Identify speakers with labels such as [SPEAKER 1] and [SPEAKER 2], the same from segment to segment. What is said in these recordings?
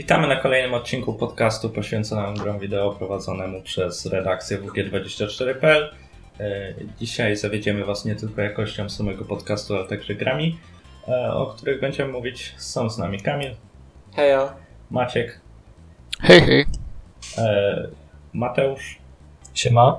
[SPEAKER 1] Witamy na kolejnym odcinku podcastu poświęconemu grom wideo prowadzonemu przez redakcję WG24.pl. Dzisiaj zawiedziemy Was nie tylko jakością samego podcastu, ale także grami, o których będziemy mówić. Są z nami Kamil.
[SPEAKER 2] Hejo.
[SPEAKER 1] Maciek.
[SPEAKER 3] Hej, hej.
[SPEAKER 1] Mateusz.
[SPEAKER 2] Siema.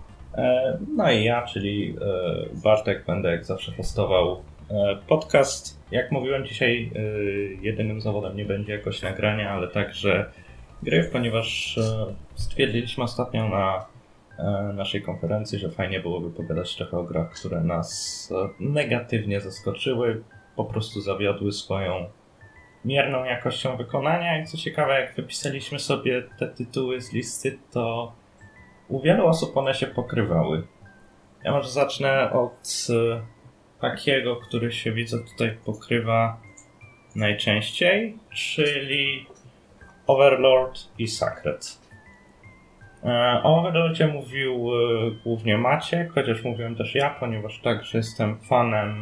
[SPEAKER 1] No i ja, czyli Bartek, będę jak zawsze hostował podcast. Jak mówiłem, dzisiaj jedynym zawodem nie będzie jakoś nagrania, ale także gry, ponieważ stwierdziliśmy ostatnio na naszej konferencji, że fajnie byłoby pogadać trochę o grach, które nas negatywnie zaskoczyły, po prostu zawiodły swoją mierną jakością wykonania. I co ciekawe, jak wypisaliśmy sobie te tytuły z listy, to u wielu osób one się pokrywały. Ja może zacznę od takiego, który się widzę tutaj pokrywa najczęściej, czyli Overlord i Sacred. O Overlordzie mówił głównie Maciek, chociaż mówiłem też ja, ponieważ także jestem fanem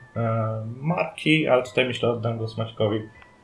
[SPEAKER 1] marki, ale tutaj myślę, oddam głos Maćkowi.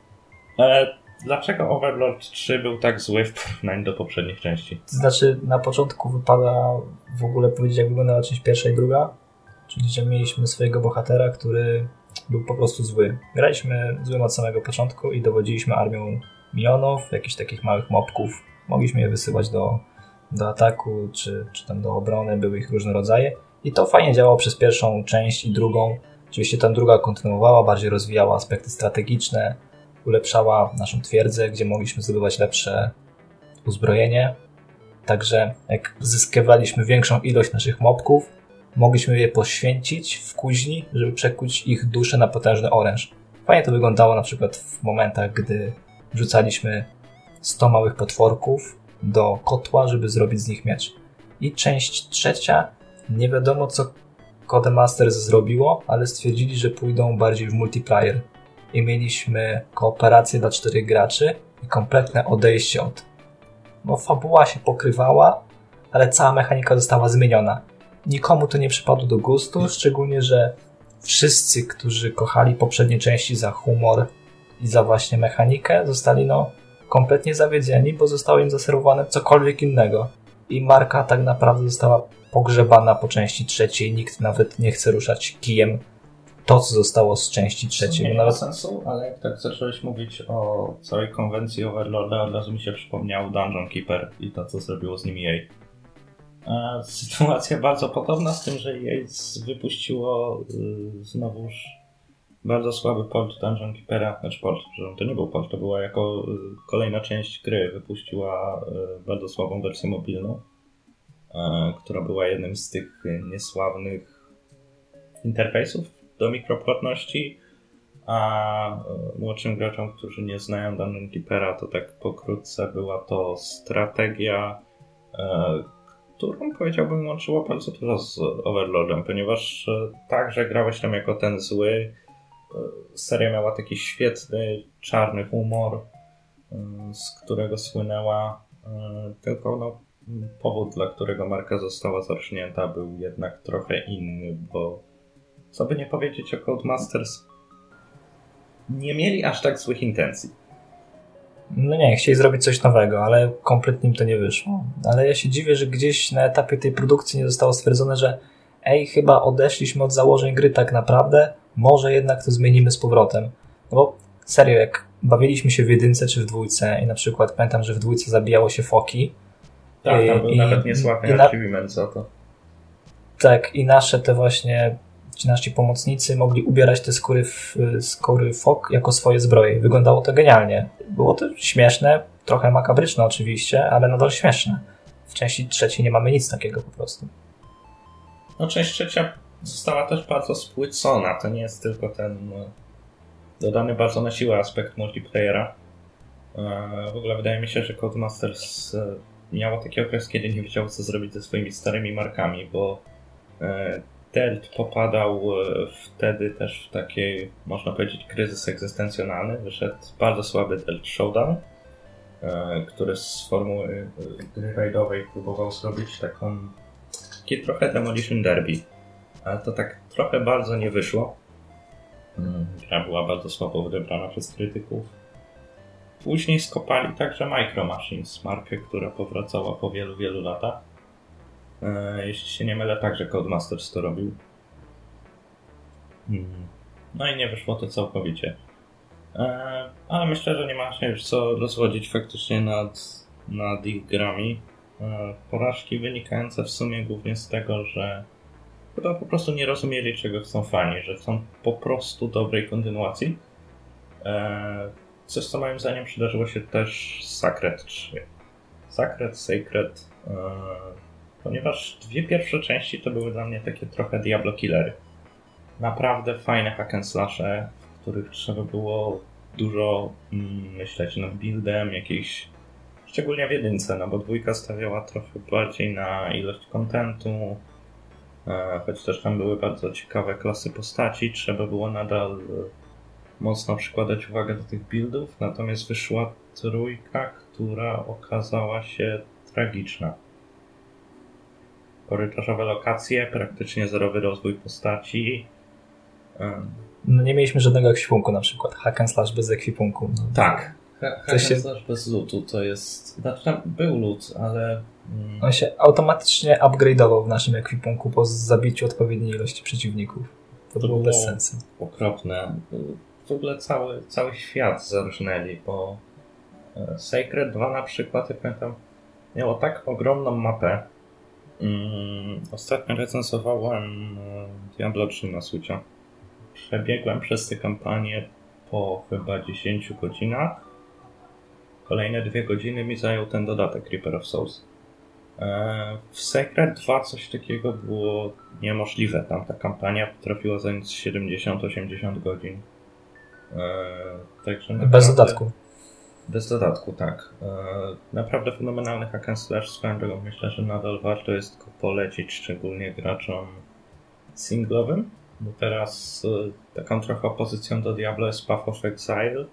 [SPEAKER 1] Dlaczego Overlord 3 był tak zły w porównaniu do poprzednich części?
[SPEAKER 2] To znaczy, na początku wypada w ogóle powiedzieć, jak wyglądała część pierwsza i druga. Czyli, że mieliśmy swojego bohatera, który był po prostu zły. Graliśmy złym od samego początku i dowodziliśmy armią minionów, jakichś takich małych mobków. Mogliśmy je wysyłać do ataku, czy tam do obrony, były ich różne rodzaje. I to fajnie działało przez pierwszą część i drugą. Oczywiście ta druga kontynuowała, bardziej rozwijała aspekty strategiczne, ulepszała naszą twierdzę, gdzie mogliśmy zdobywać lepsze uzbrojenie. Także jak zyskiwaliśmy większą ilość naszych mobków, mogliśmy je poświęcić w kuźni, żeby przekuć ich duszę na potężny oręż. Fajnie to wyglądało na przykład w momentach, gdy wrzucaliśmy 100 małych potworków do kotła, żeby zrobić z nich miecz. I część trzecia, nie wiadomo co Codemasters zrobiło, ale stwierdzili, że pójdą bardziej w multiplayer. I mieliśmy kooperację dla 4 graczy i kompletne odejście od... fabuła się pokrywała, ale cała mechanika została zmieniona. Nikomu to nie przypadło do gustu, szczególnie, że wszyscy, którzy kochali poprzednie części za humor i za właśnie mechanikę, zostali kompletnie zawiedzeni, bo zostało im zaserwowane cokolwiek innego. I marka tak naprawdę została pogrzebana po części trzeciej. Nikt nawet nie chce ruszać kijem to, co zostało z części trzeciej.
[SPEAKER 1] Nie ma sensu, ale jak tak zacząłeś mówić o całej konwencji Overlorda, od razu mi się przypomniał Dungeon Keeper i to, co zrobiło z nimi EA. Sytuacja bardzo podobna, z tym, że EA wypuściło znowuż bardzo słaby port Dungeon Keepera, że to nie był port, to była jako kolejna część gry, wypuściła bardzo słabą wersję mobilną, która była jednym z tych niesławnych interfejsów do mikropłatności, a młodszym graczom, którzy nie znają Dungeon Keepera, to tak pokrótce była to strategia, którą powiedziałbym łączyło bardzo dużo z Overlordem, ponieważ także grałeś tam jako ten zły. Seria miała taki świetny, czarny humor, z którego słynęła, tylko powód, dla którego marka została zarżnięta, był jednak trochę inny, bo co by nie powiedzieć o Codemasters, nie mieli aż tak złych intencji.
[SPEAKER 2] Nie, chcieli zrobić coś nowego, ale kompletnie im to nie wyszło. Ale ja się dziwię, że gdzieś na etapie tej produkcji nie zostało stwierdzone, że chyba odeszliśmy od założeń gry tak naprawdę, może jednak to zmienimy z powrotem. No bo serio, jak bawiliśmy się w jedynce czy w dwójce i na przykład pamiętam, że w dwójce zabijało się foki.
[SPEAKER 1] Tak, tam był nawet niesławny achievement za to.
[SPEAKER 2] Tak, i nasze te właśnie, ci nasi pomocnicy mogli ubierać te skóry fok jako swoje zbroje. Wyglądało to genialnie. Było to śmieszne, trochę makabryczne oczywiście, ale nadal śmieszne. W części trzeciej nie mamy nic takiego po prostu.
[SPEAKER 1] Część trzecia została też bardzo spłycona. To nie jest tylko ten dodany bardzo na siłę aspekt multiplayera. W ogóle wydaje mi się, że Codemasters miało taki okres, kiedy nie wiedział, co zrobić ze swoimi starymi markami, bo Delt popadał wtedy też w taki, można powiedzieć, kryzys egzystencjonalny. Wyszedł bardzo słaby Delt Showdown, który z formuły gry rajdowej próbował zrobić taki trochę Demolition Derby. Ale to tak trochę bardzo nie wyszło. Gra była bardzo słabo odebrana przez krytyków. Później skopali także Micro Machines, markę, która powracała po wielu, wielu latach. Jeśli się nie mylę, także Codemasters to robił. No i nie wyszło to całkowicie. Ale myślę, że nie ma się już co rozwodzić faktycznie nad ich grami. Porażki wynikające w sumie głównie z tego, że chyba po prostu nie rozumieli, czego chcą fani, że chcą po prostu dobrej kontynuacji. Coś, co moim zdaniem przydarzyło się też z Sacred 3. Sacred, ponieważ dwie pierwsze części to były dla mnie takie trochę Diablo Killery. Naprawdę fajne hack and slashe, w których trzeba było dużo myśleć nad buildem, jakiejś, szczególnie w jedynce, no bo dwójka stawiała trochę bardziej na ilość kontentu, choć też tam były bardzo ciekawe klasy postaci, trzeba było nadal mocno przykładać uwagę do tych buildów, natomiast wyszła trójka, która okazała się tragiczna. Korytarzowe lokacje, praktycznie zerowy rozwój postaci.
[SPEAKER 2] No nie mieliśmy żadnego ekwipunku na przykład. Hack and slash bez ekwipunku. No.
[SPEAKER 1] Tak. Hack and slash bez lootu to jest... Znaczy tam był loot, ale...
[SPEAKER 2] On się automatycznie upgrade'ował w naszym ekwipunku po zabiciu odpowiedniej ilości przeciwników. To było bez sensu.
[SPEAKER 1] Okropne. W ogóle cały świat zarżnęli, bo Sacred 2 na przykład, jak pamiętam, miało tak ogromną mapę. Ostatnio recenzowałem Diablo 3 na Switcha. Przebiegłem przez tę kampanię po chyba 10 godzinach. Kolejne 2 godziny mi zajął ten dodatek Reaper of Souls. W Sacred 2 coś takiego było niemożliwe. Tam ta kampania potrafiła zająć 70-80 godzin. Także
[SPEAKER 2] bez dodatku.
[SPEAKER 1] Bez dodatku, tak. Naprawdę fenomenalny hack and slash. Swoją drogą myślę, że nadal warto jest go polecić, szczególnie graczom singlowym. Bo teraz taką trochę opozycją do Diablo jest Path of Exile,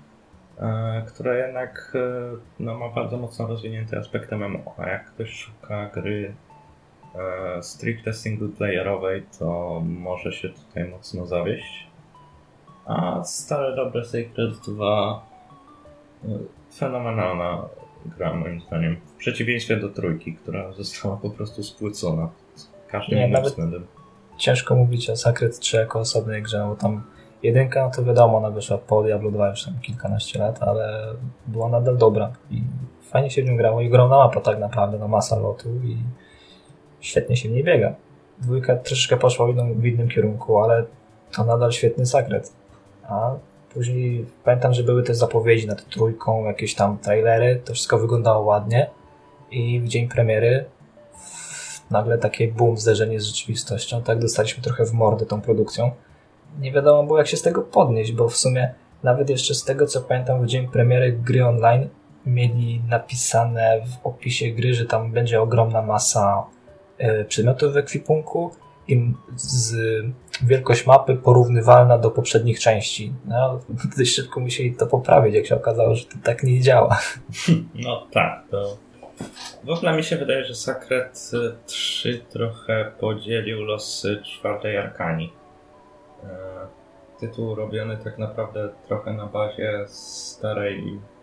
[SPEAKER 1] która jednak ma bardzo mocno rozwinięty aspekt MMO. A jak ktoś szuka gry stricte singleplayerowej, to może się tutaj mocno zawieść. A stare dobre Sacred 2 fenomenalna gra moim zdaniem. W przeciwieństwie do trójki, która została po prostu spłycona każdym innym względem.
[SPEAKER 2] Ciężko mówić o Sacred 3 jako osobnej grze, bo tam jedynka, no to wiadomo, ona wyszła po Diablo 2 już tam kilkanaście lat, ale była nadal dobra i fajnie się w nią grało i ogromna mapa tak naprawdę, no masa lotu i świetnie się w niej biega. Dwójka troszeczkę poszła w innym kierunku, ale to nadal świetny Sacred. A później pamiętam, że były też zapowiedzi nad trójką, jakieś tam trailery, to wszystko wyglądało ładnie i w dzień premiery nagle takie boom, zderzenie z rzeczywistością, tak dostaliśmy trochę w mordę tą produkcją. Nie wiadomo było, jak się z tego podnieść, bo w sumie nawet jeszcze z tego, co pamiętam, w dzień premiery gry online mieli napisane w opisie gry, że tam będzie ogromna masa przedmiotów w ekwipunku i wielkość mapy porównywalna do poprzednich części. No, dość szybko musieli to poprawić, jak się okazało, że to tak nie działa.
[SPEAKER 1] No tak, to w ogóle mi się wydaje, że Sacred 3 trochę podzielił losy czwartej Arkanii. Tytuł robiony tak naprawdę trochę na bazie starej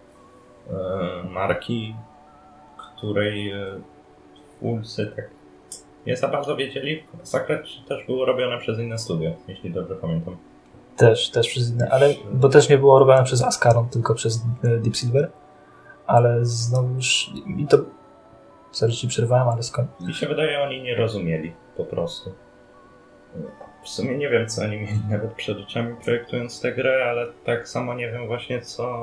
[SPEAKER 1] marki, której twórcy tak nie za bardzo wiedzieli. Sacred też było robione przez inne studio, jeśli dobrze pamiętam.
[SPEAKER 2] Też przez inne, ale bo też nie było robione przez Ascaron, tylko przez Deep Silver. Ale znowuż i to sorry, ci przerwałem, ale skąd?
[SPEAKER 1] Mi się wydaje, oni nie rozumieli po prostu. W sumie nie wiem, co oni mieli nawet przed oczami projektując tę grę, ale tak samo nie wiem właśnie,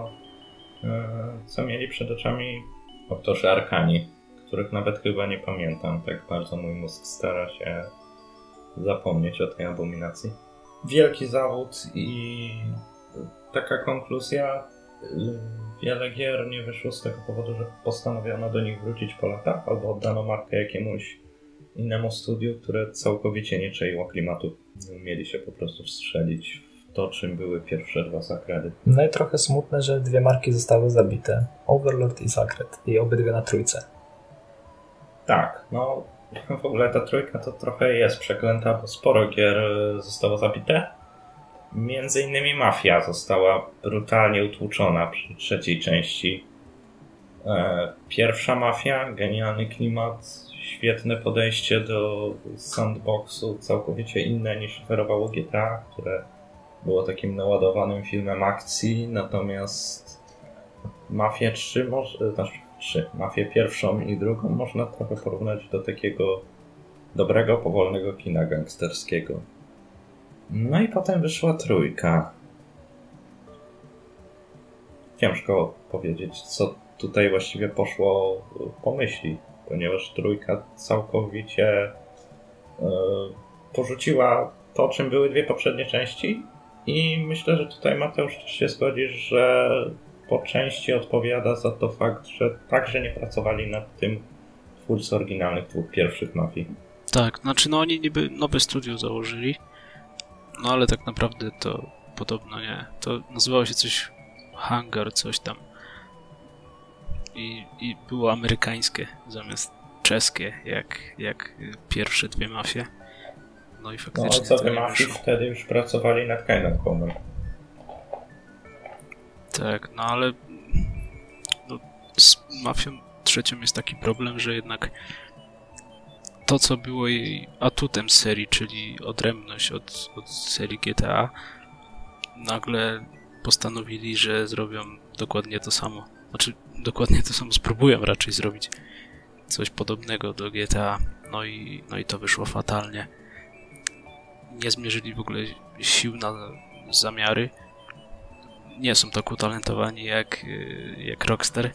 [SPEAKER 1] co mieli przed oczami autorzy Arkanii, których nawet chyba nie pamiętam. Tak bardzo mój mózg stara się zapomnieć o tej abominacji. Wielki zawód i taka konkluzja. Wiele gier nie wyszło z tego powodu, że postanowiono do nich wrócić po latach, albo oddano markę jakiemuś innemu studiu, które całkowicie nie czaiło klimatu. Mieli się po prostu wstrzelić w to, czym były pierwsze dwa Sacredy.
[SPEAKER 2] No i trochę smutne, że dwie marki zostały zabite. Overlord i Sacred. I obydwie na trójce.
[SPEAKER 1] Tak, no w ogóle ta trójka to trochę jest przeklęta, bo sporo gier zostało zabite. Między innymi Mafia została brutalnie utłuczona przy trzeciej części. Pierwsza Mafia, genialny klimat, świetne podejście do sandboxu, całkowicie inne niż oferowało GTA, które było takim naładowanym filmem akcji, natomiast Mafię 3, Mafię pierwszą i drugą można trochę porównać do takiego dobrego, powolnego kina gangsterskiego. No i potem wyszła trójka. Ciężko powiedzieć, co tutaj właściwie poszło po myśli, ponieważ trójka całkowicie porzuciła to, czym były dwie poprzednie części i myślę, że tutaj Mateusz też się zgodzisz, że po części odpowiada za to fakt, że także nie pracowali nad tym twórcy oryginalnych dwóch pierwszych Mafii.
[SPEAKER 3] Tak, znaczy no oni niby nowe studio założyli, no ale tak naprawdę to podobno nie. To nazywało się coś Hangar, coś tam. I było amerykańskie zamiast czeskie, jak pierwsze dwie Mafie. No i faktycznie.
[SPEAKER 1] No, co by Mafii wtedy już pracowali nad Kingdom Come.
[SPEAKER 3] Tak, no ale no, z Mafią trzecią jest taki problem, że jednak to, co było jej atutem serii, czyli odrębność od serii GTA, nagle postanowili, że zrobią dokładnie to samo. Znaczy, dokładnie to samo spróbują raczej zrobić. Coś podobnego do GTA. No i to wyszło fatalnie. Nie zmierzyli w ogóle sił na zamiary. Nie są tak utalentowani jak Rockstar.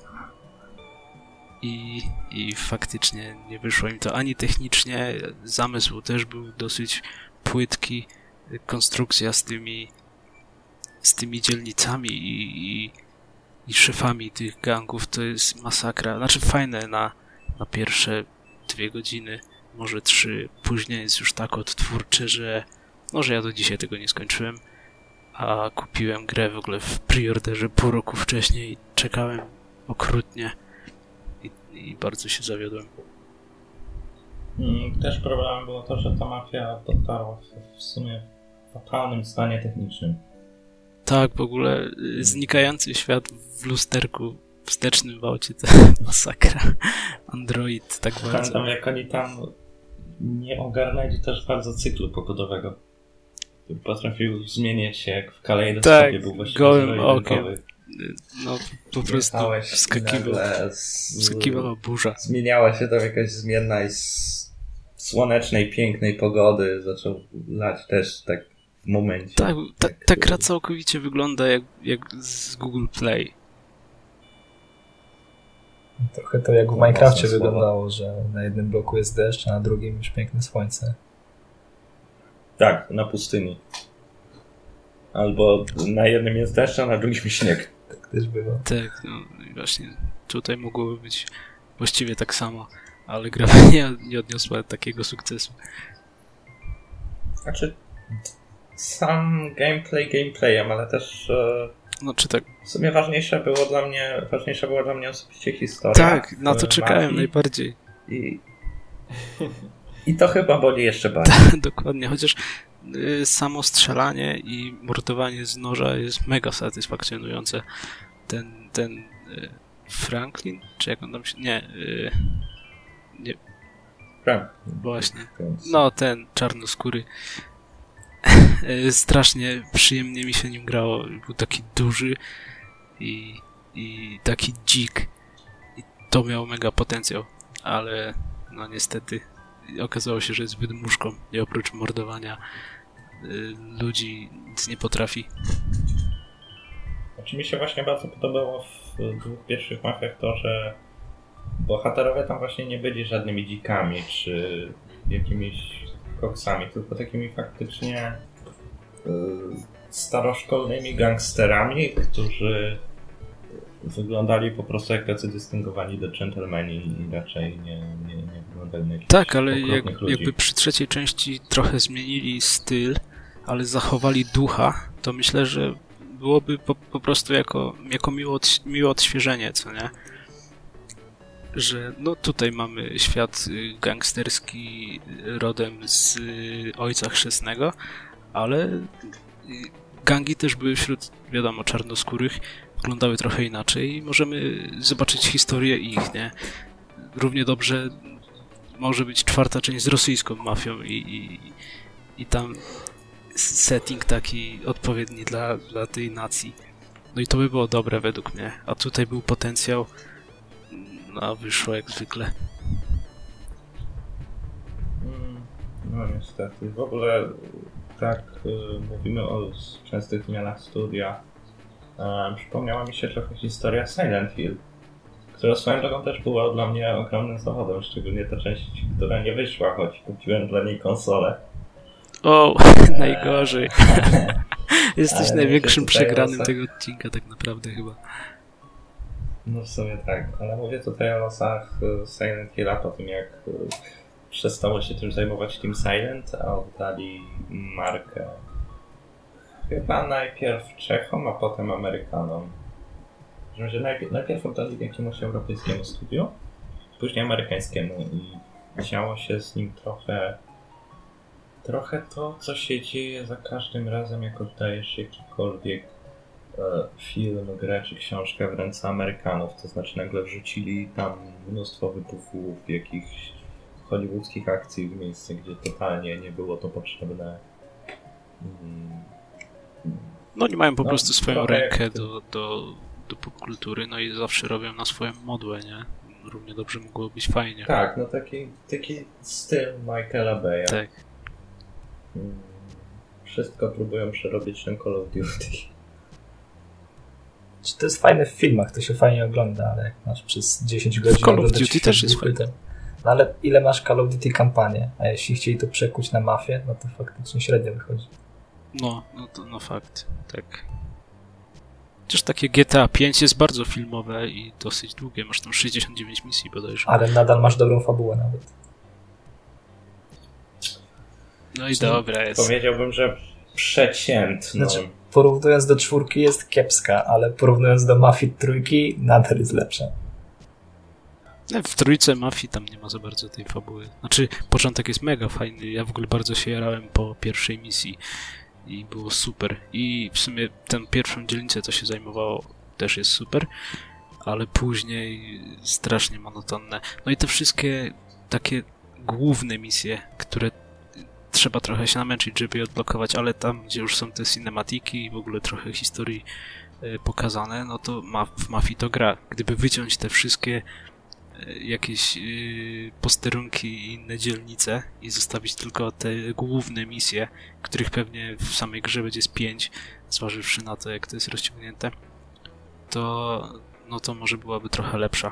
[SPEAKER 3] I faktycznie nie wyszło im to ani technicznie. Zamysł też był dosyć płytki. Konstrukcja z tymi dzielnicami i szefami tych gangów to jest masakra. Znaczy fajne na pierwsze 2 godziny, może 3. Później jest już tak odtwórcze, że ja do dzisiaj tego nie skończyłem. A kupiłem grę w ogóle w preorderze pół roku wcześniej i czekałem okrutnie. I bardzo się zawiodłem.
[SPEAKER 1] Też problemem było to, że ta Mafia dotarła w sumie w fatalnym stanie technicznym.
[SPEAKER 3] Tak, w ogóle znikający świat w lusterku wstecznym w aucie to masakra. Android tak bardzo.
[SPEAKER 1] Pamiętam, jak oni tam nie ogarnęli też bardzo cyklu pogodowego. Potrafił zmieniać się jak w kalejdoskopie,
[SPEAKER 3] tak,
[SPEAKER 1] był właściwie
[SPEAKER 3] gołym okiem. No po prostu wskakiwała burza.
[SPEAKER 1] Zmieniała się tam jakaś zmienna i z słonecznej, pięknej pogody zaczął lać też tak w momencie.
[SPEAKER 3] Tak, ta gra całkowicie wygląda jak z Google Play.
[SPEAKER 2] Trochę to jak w Minecrafcie wyglądało, że na jednym bloku jest deszcz, a na drugim już piękne słońce.
[SPEAKER 1] Tak, na pustyni. Albo na jednym jest deszcz, a na drugim śnieg.
[SPEAKER 2] Tak też było.
[SPEAKER 3] Tak, no i właśnie tutaj mogłoby być właściwie tak samo, ale gra nie odniosła takiego sukcesu.
[SPEAKER 1] Znaczy, sam gameplayem, ale też
[SPEAKER 3] znaczy tak.
[SPEAKER 1] W sumie ważniejsza była dla mnie osobiście historia.
[SPEAKER 3] Tak, na to czekałem Mafii. Najbardziej.
[SPEAKER 1] I to chyba boli jeszcze bardziej.
[SPEAKER 3] Dokładnie, chociaż samo strzelanie i mordowanie z noża jest mega satysfakcjonujące. Ten Franklin? Czy jak on tam się... Nie.
[SPEAKER 1] Frank.
[SPEAKER 3] Właśnie. No, ten czarnoskóry. Strasznie przyjemnie mi się nim grało. Był taki duży i taki dzik. I to miało mega potencjał. Ale no niestety okazało się, że jest zbyt muszką i oprócz mordowania ludzi nic nie potrafi.
[SPEAKER 1] Znaczy mi się właśnie bardzo podobało w dwóch pierwszych mafiach to, że bohaterowie tam właśnie nie byli żadnymi dzikami czy jakimiś koksami, tylko takimi faktycznie staroszkolnymi gangsterami, którzy wyglądali po prostu jak tacy dystyngowani do dżentelmeni i raczej nie wyglądali na jakichś
[SPEAKER 3] tak, ale
[SPEAKER 1] ludzi.
[SPEAKER 3] Jakby przy trzeciej części trochę zmienili styl, ale zachowali ducha, to myślę, że byłoby po prostu jako miłe odświeżenie, co nie? Że no tutaj mamy świat gangsterski rodem z Ojca Chrzestnego, ale gangi też były wśród, wiadomo, czarnoskórych, wyglądały trochę inaczej i możemy zobaczyć historię ich, nie? Równie dobrze może być czwarta część z rosyjską mafią i tam setting taki odpowiedni dla tej nacji. No i to by było dobre według mnie. A tutaj był potencjał, no wyszło jak zwykle.
[SPEAKER 1] No niestety. W ogóle tak mówimy o częstych zmianach studia. Przypomniała mi się trochę historia Silent Hill, która swoją drogą też była dla mnie ogromnym zawodem, szczególnie ta część, która nie wyszła, choć kupiłem dla niej konsolę.
[SPEAKER 3] O, najgorzej. Jesteś największym przegranym tego odcinka tak naprawdę chyba.
[SPEAKER 1] No w sumie tak, ale mówię tutaj o losach Silent Hilla po tym jak przestało się tym zajmować Team Silent, a oddali markę chyba najpierw Czechom, a potem Amerykanom. Że najpierw oddali jakiemuś europejskiemu studiu, później amerykańskiemu i działo się z nim trochę to, co się dzieje za każdym razem, jak oddajesz jakikolwiek film, grę czy książkę w ręce Amerykanów. To znaczy nagle wrzucili tam mnóstwo wybuchów, jakichś hollywoodzkich akcji w miejsce, gdzie totalnie nie było to potrzebne.
[SPEAKER 3] No oni mają po prostu swoją rękę do popkultury, no i zawsze robią na swoją modłę, nie? Równie dobrze mogło być fajnie.
[SPEAKER 1] Tak, no taki styl Michaela Bay'a.
[SPEAKER 3] Tak.
[SPEAKER 1] Wszystko próbują przerobić ten Call of Duty.
[SPEAKER 2] To jest fajne w filmach, to się fajnie ogląda, ale jak masz przez 10 godzin
[SPEAKER 3] Call of Duty też jest fajne.
[SPEAKER 2] No ale ile masz Call of Duty kampanię? A jeśli chcieli to przekuć na mafię, no to faktycznie średnio wychodzi.
[SPEAKER 3] No fakt, tak. Chociaż takie GTA 5 jest bardzo filmowe i dosyć długie, masz tam 69 misji bodajże.
[SPEAKER 2] Ale nadal masz dobrą fabułę nawet.
[SPEAKER 3] No i dobra jest.
[SPEAKER 1] Powiedziałbym, że przeciętną.
[SPEAKER 2] Znaczy, porównując do 4 jest kiepska, ale porównując do Mafii 3 nadal jest lepsza.
[SPEAKER 3] W trójce Mafii tam nie ma za bardzo tej fabuły. Znaczy, początek jest mega fajny. Ja w ogóle bardzo się jarałem po pierwszej misji i było super. I w sumie tę pierwszą dzielnicę, co się zajmowało, też jest super, ale później strasznie monotonne. No i te wszystkie takie główne misje, które trzeba trochę się namęczyć, żeby je odblokować, ale tam, gdzie już są te cinematiki i w ogóle trochę historii pokazane, no to w Mafii to gra. Gdyby wyciąć te wszystkie jakieś posterunki i inne dzielnice i zostawić tylko te główne misje, których pewnie w samej grze będzie z 5, zważywszy na to, jak to jest rozciągnięte, to może byłaby trochę lepsza.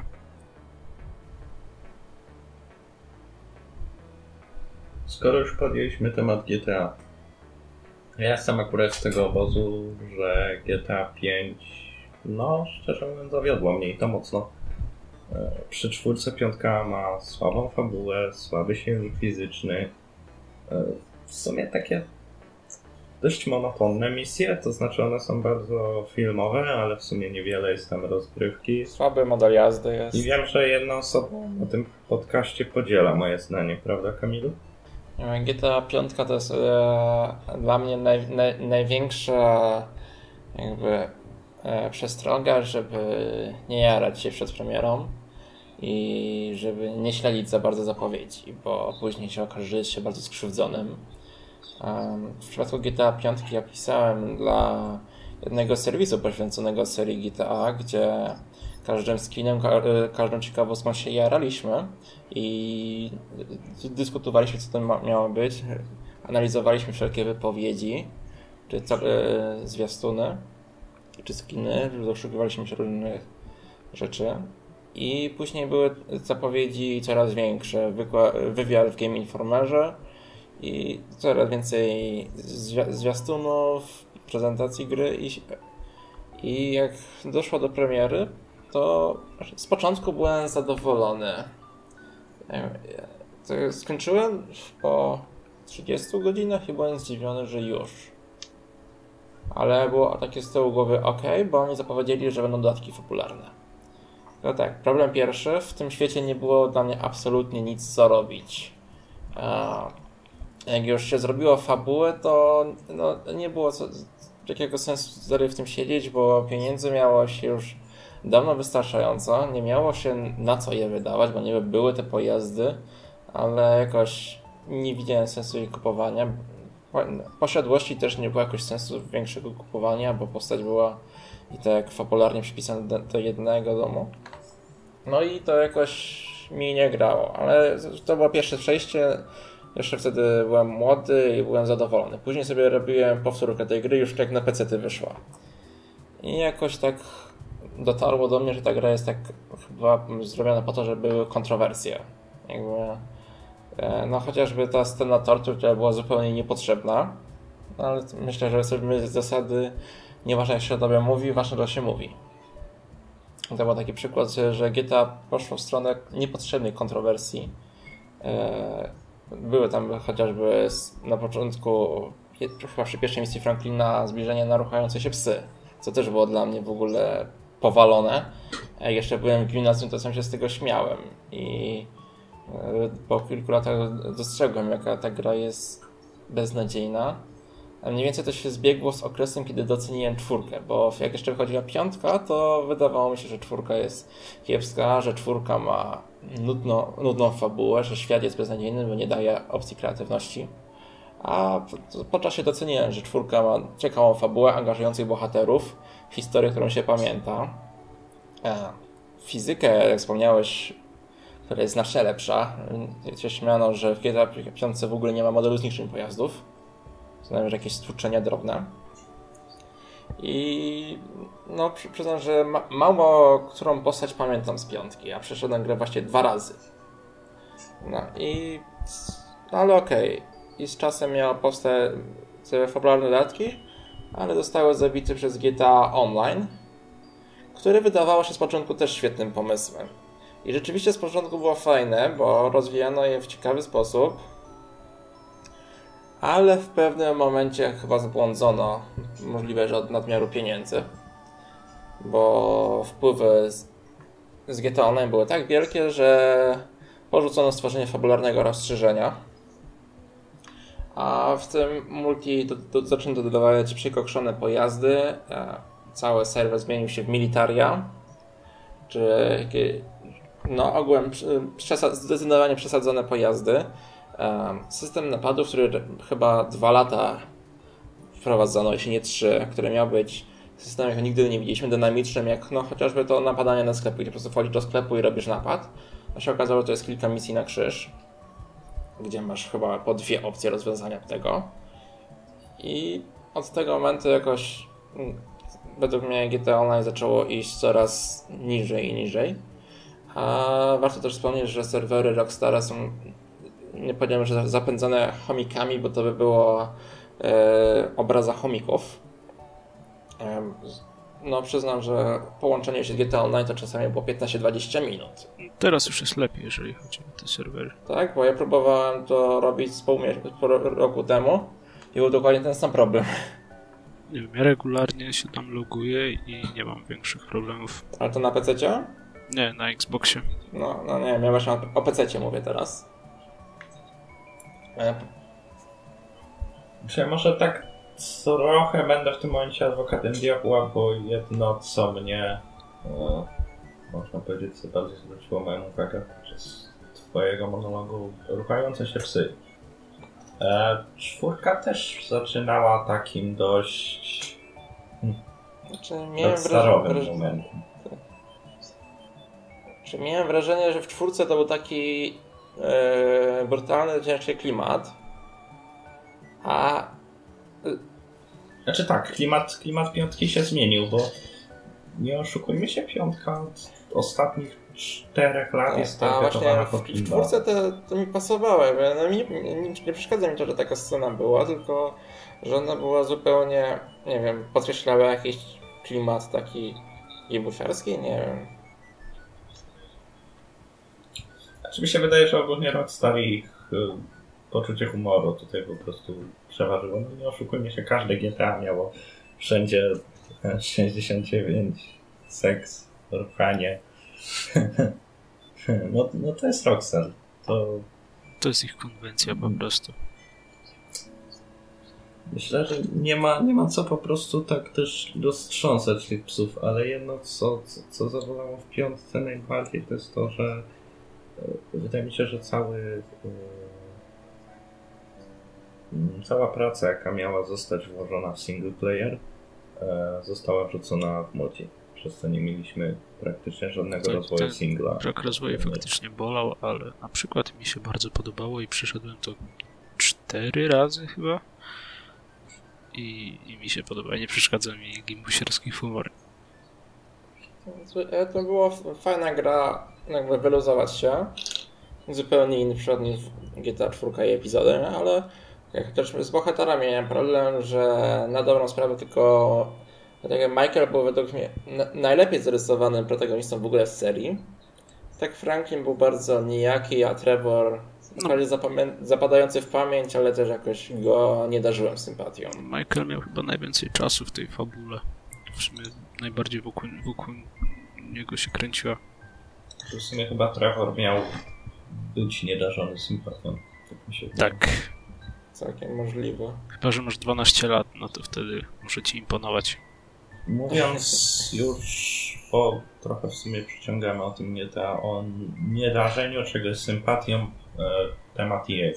[SPEAKER 1] Skoro już podjęliśmy temat GTA, ja jestem akurat z tego obozu, że GTA 5, no szczerze mówiąc, zawiodło mnie i to mocno. Przy 4 piątka ma słabą fabułę, słaby silnik fizyczny. W sumie takie dość monotonne misje, to znaczy one są bardzo filmowe, ale w sumie niewiele jest tam rozgrywki.
[SPEAKER 4] Słaby model jazdy jest.
[SPEAKER 1] I wiem, że jedna osoba na tym podcaście podziela moje zdanie, prawda Kamilu?
[SPEAKER 4] GTA 5 to jest dla mnie największa jakby przestroga, żeby nie jarać się przed premierą i żeby nie śledzić za bardzo zapowiedzi, bo później się okaże, że jest się bardzo skrzywdzonym. W przypadku GTA 5 ja pisałem dla jednego serwisu poświęconego serii GTA, gdzie każdym skinem, każdą ciekawostką się jaraliśmy i dyskutowaliśmy, co to miało być. Analizowaliśmy wszelkie wypowiedzi, czy zwiastuny, czy skiny, doszukiwaliśmy się różnych rzeczy. I później były zapowiedzi coraz większe, wywiad w Game Informerze i coraz więcej zwiastunów, prezentacji gry i jak doszło do premiery, to z początku byłem zadowolony. Skończyłem po 30 godzinach i byłem zdziwiony, że już. Ale było takie z tyłu głowy bo oni zapowiedzieli, że będą dodatki fabularne. No tak, problem pierwszy, w tym świecie nie było dla mnie absolutnie nic co robić. Jak już się zrobiło fabułę, to nie było jakiego sensu w tym siedzieć, bo pieniędzy miało się już dawno wystarczająco, nie miało się na co je wydawać, bo nie były te pojazdy, ale jakoś nie widziałem sensu ich kupowania. Posiadłości też nie było jakoś sensu większego kupowania, bo postać była i tak fabularnie przypisana do jednego domu. No i to jakoś mi nie grało, ale to było pierwsze przejście. Jeszcze wtedy byłem młody i byłem zadowolony. Później sobie robiłem powtórkę tej gry, już jak na PC-ty wyszła. I jakoś tak dotarło do mnie, że ta gra jest tak chyba zrobiona po to, żeby były kontrowersje. Jakby, no chociażby ta scena tortur, która była zupełnie niepotrzebna, ale myślę, że jesteśmy z zasady nieważne jak się o tobie mówi, ważne to się mówi. To był taki przykład, że GTA poszło w stronę niepotrzebnej kontrowersji. Były tam chociażby na początku, chyba przy pierwszej misji Franklina, zbliżenie na ruchające się psy, co też było dla mnie w ogóle powalone. Jak jeszcze byłem w gimnazjum, to sam się z tego śmiałem i po kilku latach dostrzegłem, jaka ta gra jest beznadziejna. A mniej więcej to się zbiegło z okresem, kiedy doceniłem 4, bo jak jeszcze wychodziła 5, to wydawało mi się, że 4 jest kiepska, że 4 ma nudną fabułę, że świat jest beznadziejny, bo nie daje opcji kreatywności. A po czasie doceniłem, że 4 ma ciekawą fabułę, angażujących bohaterów, historię, którą się pamięta. Fizykę, jak wspomniałeś, która jest znacznie lepsza. Się śmiano, że w GTA 5 w ogóle nie ma modelu zniszczeń pojazdów. Znamy, że jakieś stłuczenia drobne. I no przyznam, że mało którą postać pamiętam z 5, a przeszedłem grę właśnie 2 razy. No i... ale okej. I z czasem miało powstać fabularne dodatki, ale zostały zabite przez GTA Online, które wydawało się z początku też świetnym pomysłem. I rzeczywiście z początku było fajne, bo rozwijano je w ciekawy sposób, ale w pewnym momencie chyba zabłądzono, możliwe, że od nadmiaru pieniędzy, bo wpływy z GTA Online były tak wielkie, że porzucono stworzenie fabularnego rozszerzenia, a w tym multi zaczęto dodawać przekokszone pojazdy, cały serwer zmienił się w militaria, czy no ogółem zdecydowanie przesadzone pojazdy. System napadów, który chyba 2 lata wprowadzono, jeśli nie 3, które miał być systemem, jak nigdy nie widzieliśmy, dynamicznym, jak no chociażby to napadanie na sklepy, gdzie po prostu wchodzisz do sklepu i robisz napad. A się okazało, że to jest kilka misji na krzyż, gdzie masz chyba po 2 opcje rozwiązania tego. I od tego momentu jakoś według mnie GTA Online zaczęło iść coraz niżej i niżej. A warto też wspomnieć, że serwery Rockstara są, nie powiedziałem, że zapędzane chomikami, bo to by było obraza chomików. No przyznam, że połączenie się z GTA Online to czasami było 15-20 minut.
[SPEAKER 3] Teraz już jest lepiej, jeżeli chodzi o te serwery.
[SPEAKER 4] Tak, bo ja próbowałem to robić z pół roku temu i był dokładnie ten sam problem.
[SPEAKER 3] Nie wiem, ja regularnie się tam loguję i nie mam większych problemów.
[SPEAKER 4] Ale to na PC-cie?
[SPEAKER 3] Nie, na Xboxie.
[SPEAKER 4] No nie, ja właśnie o PC-cie mówię teraz.
[SPEAKER 1] Czy może tak trochę będę w tym momencie adwokatem diabła, bo jedno co mnie można powiedzieć, co bardziej zwróciło moją uwagę podczas twojego monologu, ruchające się psy. 4 też zaczynała takim dość starowym momentem.
[SPEAKER 4] Miałem wrażenie, że w 4 to był taki brutalny, ciężki klimat.
[SPEAKER 1] Znaczy tak, klimat 5 się zmienił, bo nie oszukujmy się, 5 od ostatnich 4 lat jest targetowana pod
[SPEAKER 4] w 4 to mi pasowało. No, nie przeszkadza mi to, że taka scena była, tylko że ona była zupełnie, nie wiem, podkreślała jakiś klimat taki jebusiarski, nie wiem.
[SPEAKER 1] Znaczy mi się wydaje, że ogólnie Rockstar i ich poczucie humoru tutaj po prostu przeważyło. No nie oszukujmy się, każde GTA miało wszędzie 69, seks, ruchanie. No to jest Rockstar.
[SPEAKER 3] To jest ich konwencja po prostu.
[SPEAKER 1] Myślę, że nie ma co po prostu tak też roztrząsać tych psów, ale jedno co zawolało w piątce najbardziej to jest to, że wydaje mi się, że cała praca jaka miała zostać włożona w single player została wrzucona w multi, przez co nie mieliśmy praktycznie żadnego rozwoju singla.
[SPEAKER 3] Brak rozwoju faktycznie bolał, ale na przykład mi się bardzo podobało i przeszedłem to 4 razy chyba. I mi się podoba, nie przeszkadza mi gimbusierski humor.
[SPEAKER 4] To była fajna gra, jakby wyluzować się. Zupełnie inny przykład niż GTA 4 i epizody, ale chociaż z bohaterami miałem problem, że na dobrą sprawę tylko tak jak Michael był według mnie najlepiej zarysowanym protagonistą w ogóle w serii. Tak Franklin był bardzo nijaki, a Trevor zapadający w pamięć, ale też jakoś go nie darzyłem sympatią.
[SPEAKER 3] Michael miał chyba najwięcej czasu w tej fabule. W sumie najbardziej wokół niego się kręciła.
[SPEAKER 1] W sumie chyba Trevor miał być niedarzony sympatią. Tak mi się wydaje.
[SPEAKER 3] Tak.
[SPEAKER 4] Całkiem możliwe.
[SPEAKER 3] Chyba, że masz 12 lat, no to wtedy muszę ci imponować.
[SPEAKER 1] Mówiąc już, bo trochę w sumie przyciągamy o tym GTA, o niedarzeniu czegoś sympatią, temat EA.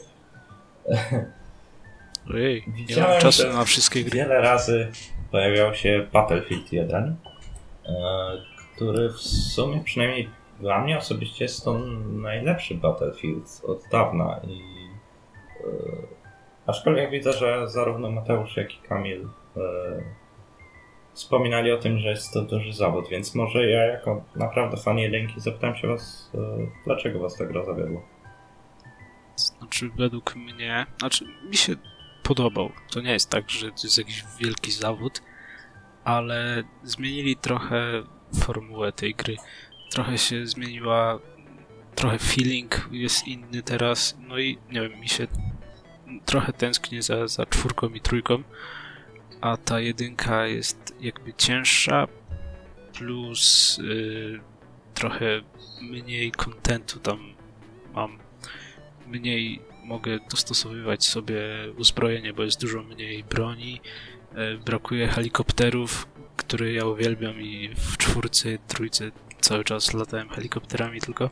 [SPEAKER 3] Ojej, nie mam czasu na wszystkie gry.
[SPEAKER 1] Wiele razy pojawiał się Battlefield 1, który w sumie przynajmniej dla mnie osobiście jest to najlepszy Battlefield od dawna i aczkolwiek widzę, że zarówno Mateusz, jak i Kamil wspominali o tym, że jest to duży zawód, więc może ja jako naprawdę fan jedynki zapytam się was, dlaczego was ta gra zawiodła?
[SPEAKER 3] Znaczy według mnie, mi się podobał. To nie jest tak, że to jest jakiś wielki zawód, ale zmienili trochę formułę tej gry. Trochę się zmieniła, trochę feeling jest inny teraz, no i nie wiem, mi się trochę tęsknię za 4 i 3, a ta 1 jest jakby cięższa, plus trochę mniej kontentu tam mam. Mniej mogę dostosowywać sobie uzbrojenie, bo jest dużo mniej broni. Brakuje helikopterów, które ja uwielbiam i w 4, 3 cały czas latałem helikopterami tylko.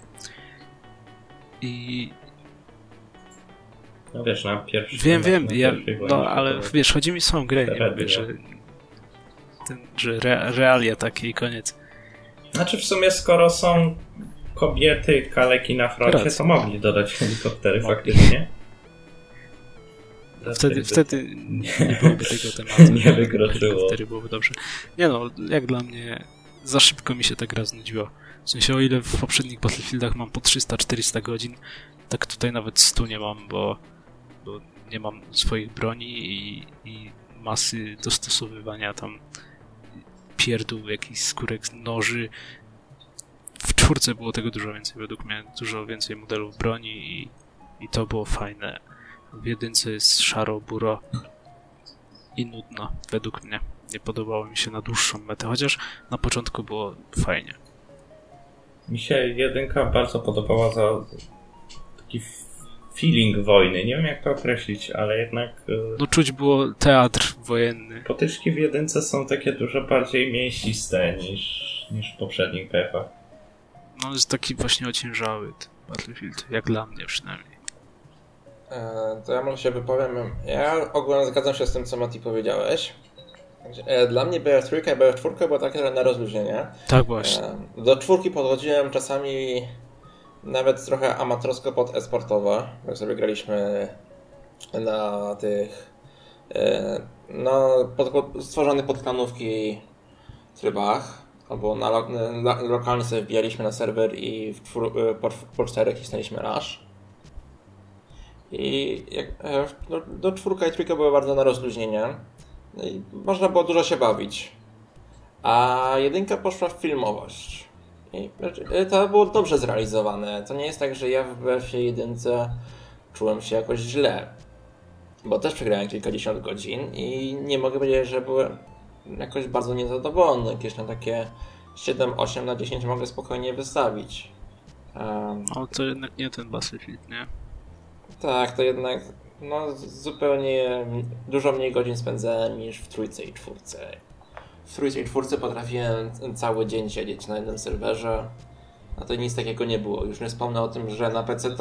[SPEAKER 3] I
[SPEAKER 1] no wiesz, na pierwszy...
[SPEAKER 3] Wiem, ale wiesz, chodzi mi o samą grę, nie mówię, że realia takie i koniec.
[SPEAKER 1] Znaczy w sumie skoro są kobiety, kaleki na froncie, to mogli dodać helikoptery faktycznie.
[SPEAKER 3] Wtedy nie byłoby tego tematu.
[SPEAKER 1] Nie wykroczyło.
[SPEAKER 3] Helikoptery byłoby dobrze. Nie no, jak dla mnie za szybko mi się ta gra znudziła. W sensie o ile w poprzednich Battlefieldach mam po 300-400 godzin, tak tutaj nawet 100 nie mam, bo nie mam swoich broni i masy dostosowywania tam pierdół, jakichś skórek, noży. W 4 było tego dużo więcej, według mnie dużo więcej modelów broni i to było fajne. W 1 jest szaro, buro i nudno, według mnie. Nie podobało mi się na dłuższą metę, chociaż na początku było fajnie.
[SPEAKER 1] Mi się 1 bardzo podobała za taki feeling wojny. Nie wiem jak to określić, ale jednak...
[SPEAKER 3] No czuć było teatr wojenny.
[SPEAKER 1] Potyczki w 1 są takie dużo bardziej mięsiste niż w poprzednich BF-ach.
[SPEAKER 3] No jest taki właśnie ociężały Battlefield, jak dla mnie przynajmniej.
[SPEAKER 4] To ja może się wypowiem. Ja ogólnie zgadzam się z tym, co Mati powiedziałeś. Dla mnie BF3 i BF4 było takie na rozluźnienie.
[SPEAKER 3] Tak właśnie.
[SPEAKER 4] Do 4 podchodziłem czasami nawet trochę amatorsko pod e-sportowe, jak sobie graliśmy na tych stworzonych pod klanówki trybach, albo lokalnie sobie wbijaliśmy na serwer i po 4 cisnęliśmy rush. I do 4 i 3 były bardzo na rozluźnienie. No i można było dużo się bawić. A 1 poszła w filmowość. I to było dobrze zrealizowane. To nie jest tak, że ja w BF1 czułem się jakoś źle. Bo też przegrałem kilkadziesiąt godzin i nie mogę powiedzieć, że byłem jakoś bardzo niezadowolony. Jakieś na takie 7-8 na 10 mogę spokojnie wystawić.
[SPEAKER 3] Ale to jednak nie ten Battlefield, nie?
[SPEAKER 4] Tak, to jednak No zupełnie dużo mniej godzin spędzałem niż w trójce i czwórce. W trójce i czwórce potrafiłem cały dzień siedzieć na jednym serwerze, a to nic takiego nie było. Już nie wspomnę o tym, że na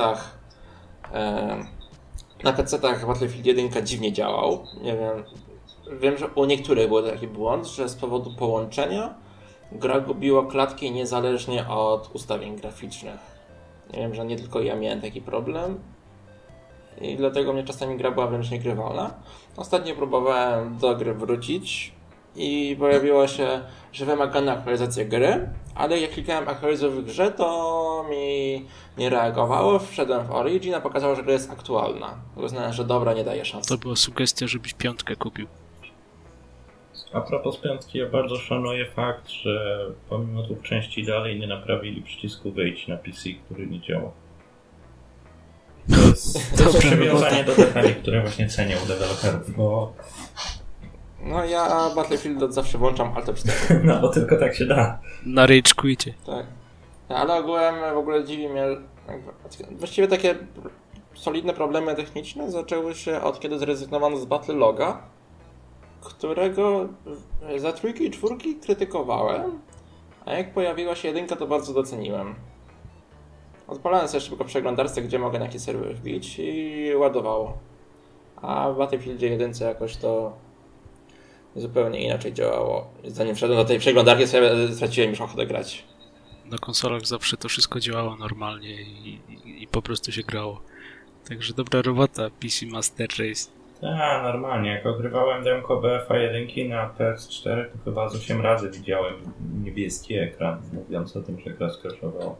[SPEAKER 4] PC-tach Battlefield 1 dziwnie działał. Nie wiem, że u niektórych był taki błąd, że z powodu połączenia gra gubiła klatki niezależnie od ustawień graficznych. Nie wiem, że nie tylko ja miałem taki problem i dlatego mnie czasami gra była wręcz niegrywalna. Ostatnio próbowałem do gry wrócić i pojawiło się, że wymagana aktualizacja gry, ale jak klikałem aktualizuj w grze, to mi nie reagowało. Wszedłem w Origin, a pokazało, że gra jest aktualna. Uznałem, że dobra, nie daje szans.
[SPEAKER 3] To była sugestia, żebyś 5 kupił.
[SPEAKER 1] A propos piątki, ja bardzo szanuję fakt, że pomimo tych części dalej nie naprawili przycisku wyjść na PC, który nie działa. To jest przywiązanie do detali, które właśnie cenię u deweloperów, bo...
[SPEAKER 4] No ja Battlefield od zawsze włączam Alt F4.
[SPEAKER 1] No bo tylko tak się da.
[SPEAKER 3] Na rage quitcie.
[SPEAKER 4] Tak. Ale ogółem w ogóle dziwi mnie... Właściwie takie solidne problemy techniczne zaczęły się od kiedy zrezygnowano z Battle Loga, którego za trójki i czwórki krytykowałem, a jak pojawiła się 1, to bardzo doceniłem. Odpalałem sobie szybko przeglądarce, gdzie mogę na jaki serwer wbić i ładowało. A w Battlefieldzie 1 jakoś to zupełnie inaczej działało. Zanim wszedłem do tej przeglądarki, straciłem już ochotę grać.
[SPEAKER 3] Na konsolach zawsze to wszystko działało normalnie i po prostu się grało. Także dobra robota, PC Master Race.
[SPEAKER 1] Tak, normalnie. Jak ogrywałem demko BFA 1 na PS4, to chyba z 8 razy widziałem niebieski ekran, mówiąc o tym, że gra skraszowała.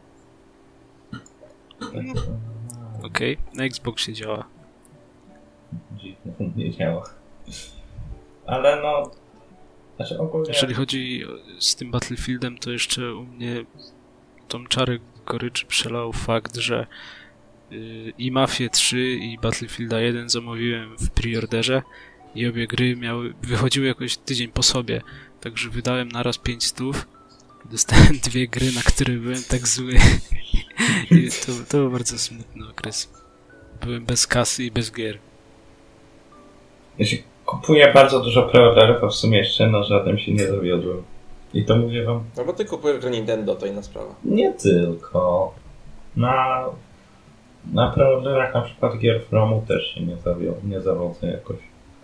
[SPEAKER 3] Okej, na Xboxie działa.
[SPEAKER 1] Dziwne, nie działa. Ale no... Znaczy ogólnie...
[SPEAKER 3] Jeżeli chodzi z tym Battlefieldem, to jeszcze u mnie tą czarę goryczy przelał fakt, że i Mafię 3 i Battlefielda 1 zamówiłem w preorderze i obie gry wychodziły jakoś tydzień po sobie, także wydałem naraz 500. Dostałem 2 gry, na które byłem tak zły. I to był bardzo smutny okres. Byłem bez kasy i bez gier.
[SPEAKER 1] Jeśli kupuję bardzo dużo preorderów, a w sumie jeszcze na żadnym się nie zawiodłem. I to mówię wam...
[SPEAKER 4] No bo ty kupujesz grę Nintendo, to inna sprawa.
[SPEAKER 1] Nie tylko. Na preorderach na przykład gier Fromu też się nie zawodzę jakoś.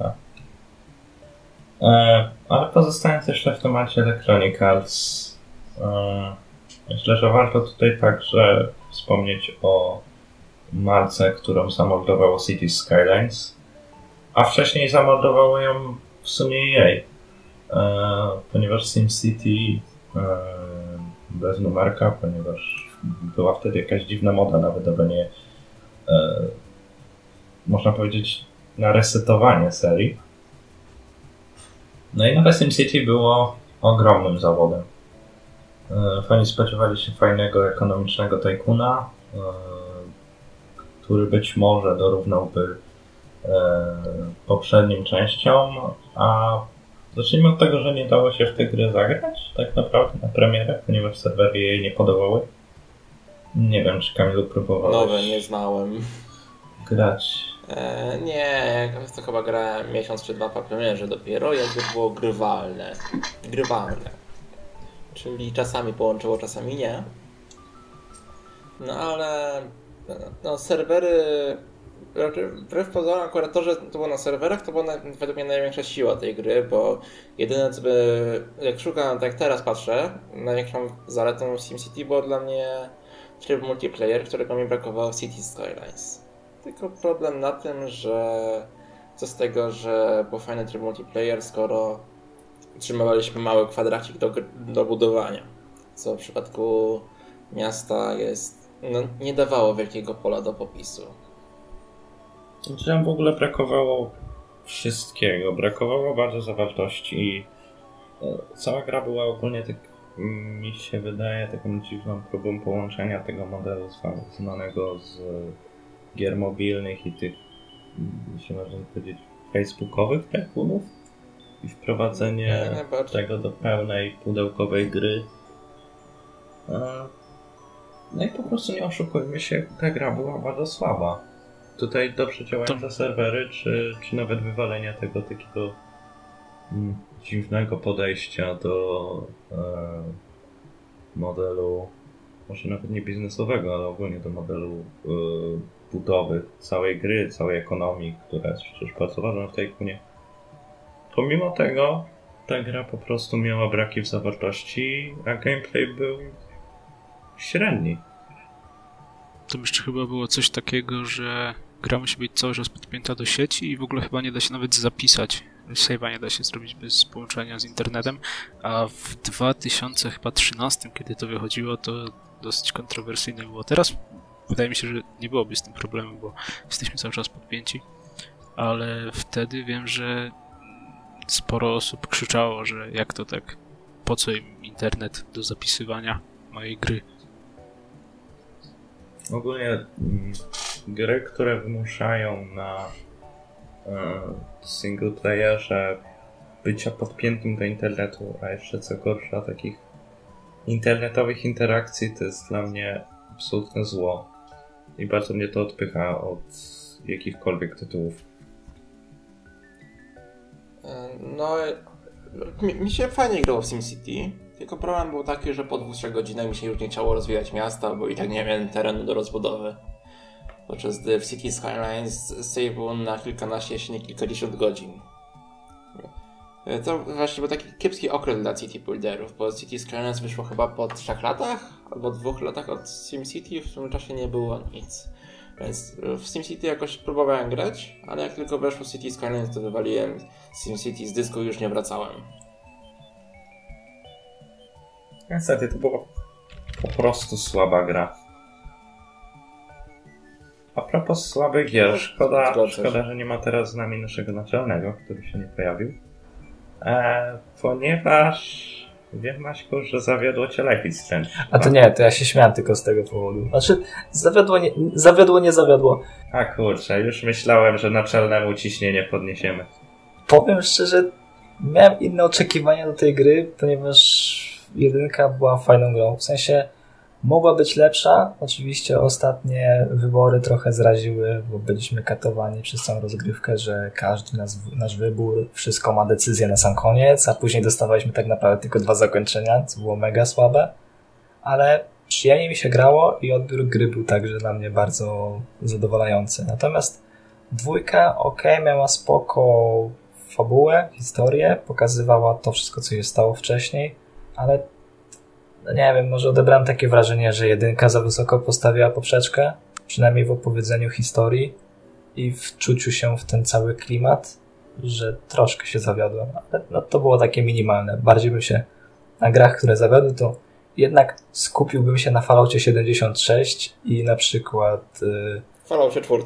[SPEAKER 1] Ale pozostając jeszcze w temacie Electronic Arts, myślę, że warto tutaj także wspomnieć o marce, którą zamordowało Cities Skylines, a wcześniej zamordowało ją w sumie EA, ponieważ SimCity bez numerka, ponieważ była wtedy jakaś dziwna moda na wydawanie, można powiedzieć, na resetowanie serii. No i nowe SimCity było ogromnym zawodem. Fani spodziewali się fajnego, ekonomicznego tajkuna, który być może dorównałby poprzednim częściom, a zacznijmy od tego, że nie dało się w te gry zagrać tak naprawdę na premierę, ponieważ serwery jej nie podawały. Nie wiem, czy Kamilu próbowałeś...
[SPEAKER 4] Nowe nie znałem.
[SPEAKER 1] grać.
[SPEAKER 4] Nie, to chyba grałem miesiąc czy 2 po premierze dopiero, jakby było grywalne. Czyli czasami połączyło, czasami nie. No ale serwery, wbrew pozorom akurat to, że to było na serwerach, to była według mnie największa siła tej gry, bo jedyne co by, jak szukam, tak jak teraz patrzę, największą zaletą SimCity było dla mnie tryb multiplayer, którego mi brakowało w Cities Skylines. Tylko problem na tym, że co z tego, że był fajny tryb multiplayer, skoro utrzymywaliśmy mały kwadracik do budowania, co w przypadku miasta nie dawało wielkiego pola do popisu.
[SPEAKER 1] Tam w ogóle brakowało wszystkiego. Brakowało bardzo zawartości. Cała gra była ogólnie, tak mi się wydaje, taką dziwną próbą połączenia tego modelu znanego z gier mobilnych i tych, jeśli można powiedzieć, facebookowych tycoonów i wprowadzenie tego do pełnej pudełkowej gry. No i po prostu nie oszukujmy się, ta gra była bardzo słaba. tutaj dobrze działające serwery, czy nawet wywalenia tego takiego dziwnego podejścia do modelu, może nawet nie biznesowego, ale ogólnie do modelu budowy całej gry, całej ekonomii, która jest przecież bardzo ważna w Tycoonie. Pomimo tego ta gra po prostu miała braki w zawartości, a gameplay był średni.
[SPEAKER 3] To jeszcze chyba było coś takiego, że gra musi być cały czas podpięta do sieci i w ogóle chyba nie da się nawet zapisać. Save'a nie da się zrobić bez połączenia z internetem, a w 2013, kiedy to wychodziło, to dosyć kontrowersyjne było. Teraz wydaje mi się, że nie byłoby z tym problemu, bo jesteśmy cały czas podpięci, ale wtedy wiem, że sporo osób krzyczało, że jak to tak, po co im internet do zapisywania mojej gry.
[SPEAKER 1] Ogólnie gry, które wymuszają na single playerze bycia podpiętym do internetu, a jeszcze co gorsza takich internetowych interakcji, to jest dla mnie absolutne zło i bardzo mnie to odpycha od jakichkolwiek tytułów.
[SPEAKER 4] No, mi się fajnie grało w SimCity, tylko problem był taki, że po 2-3 godzinach mi się już nie chciało rozwijać miasta, bo i tak nie miałem terenu do rozbudowy. Podczas gdy w City Skylines save był na kilkanaście, jeśli nie kilkadziesiąt godzin. To właśnie był taki kiepski okres dla City Builderów, bo City Skylines wyszło chyba po 3 latach albo 2 latach od SimCity, w tym czasie nie było nic. Więc w SimCity jakoś próbowałem grać, ale jak tylko weszło City Skylines, to wywaliłem SimCity z dysku i już nie wracałem.
[SPEAKER 1] Niestety to była po prostu słaba gra. A propos słabych gier, szkoda, że nie ma teraz z nami naszego naczelnego, który się nie pojawił. Ponieważ wiem, Maćku, że zawiodło cię Life is Strange.
[SPEAKER 2] A to nie, to ja się śmiałem tylko z tego powodu. Znaczy, nie zawiodło.
[SPEAKER 1] A kurczę, już myślałem, że naczelnemu ciśnienie podniesiemy.
[SPEAKER 2] Powiem szczerze, miałem inne oczekiwania do tej gry, ponieważ 1 była fajną grą. W sensie mogła być lepsza. Oczywiście ostatnie wybory trochę zraziły, bo byliśmy katowani przez całą rozgrywkę, że każdy nasz wybór, wszystko ma decyzję na sam koniec, a później dostawaliśmy tak naprawdę tylko 2 zakończenia, co było mega słabe. Ale przyjemnie mi się grało i odbiór gry był także dla mnie bardzo zadowalający. Natomiast 2 miała spoko fabułę, historię, pokazywała to wszystko, co się stało wcześniej, ale no nie wiem, może odebrałem takie wrażenie, że 1 za wysoko postawiła poprzeczkę, przynajmniej w opowiedzeniu historii i w czuciu się w ten cały klimat, że troszkę się zawiodłem, ale no, to było takie minimalne. Bardziej bym się na grach, które zawiodły, to jednak skupiłbym się na Falloutie 76 i na przykład
[SPEAKER 4] Falloutie 4.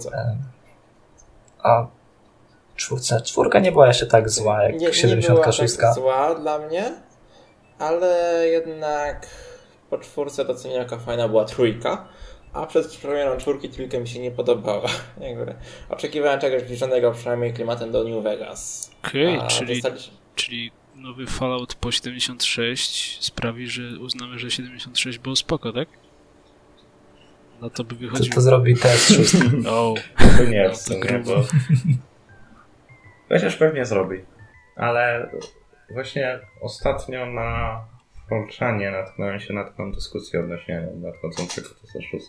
[SPEAKER 2] A 4 nie była jeszcze tak zła jak 76.
[SPEAKER 4] Nie była tak zła dla mnie, ale jednak po 4 doceniam, jaka fajna była 3, a przed premierą 4 mi się nie podobała. Jakby oczekiwałem czegoś zbliżonego przynajmniej klimatem do New Vegas.
[SPEAKER 3] Okej, czyli nowy Fallout po 76 sprawi, że uznamy, że 76 było spoko, tak? No to by wychodziło.
[SPEAKER 2] To zrobi test 6.
[SPEAKER 1] To nie jest to grubo. Chociaż pewnie zrobi. Ale właśnie ostatnio na Polczanie natknąłem się na taką dyskusję odnośnie nadchodzącego testa 6.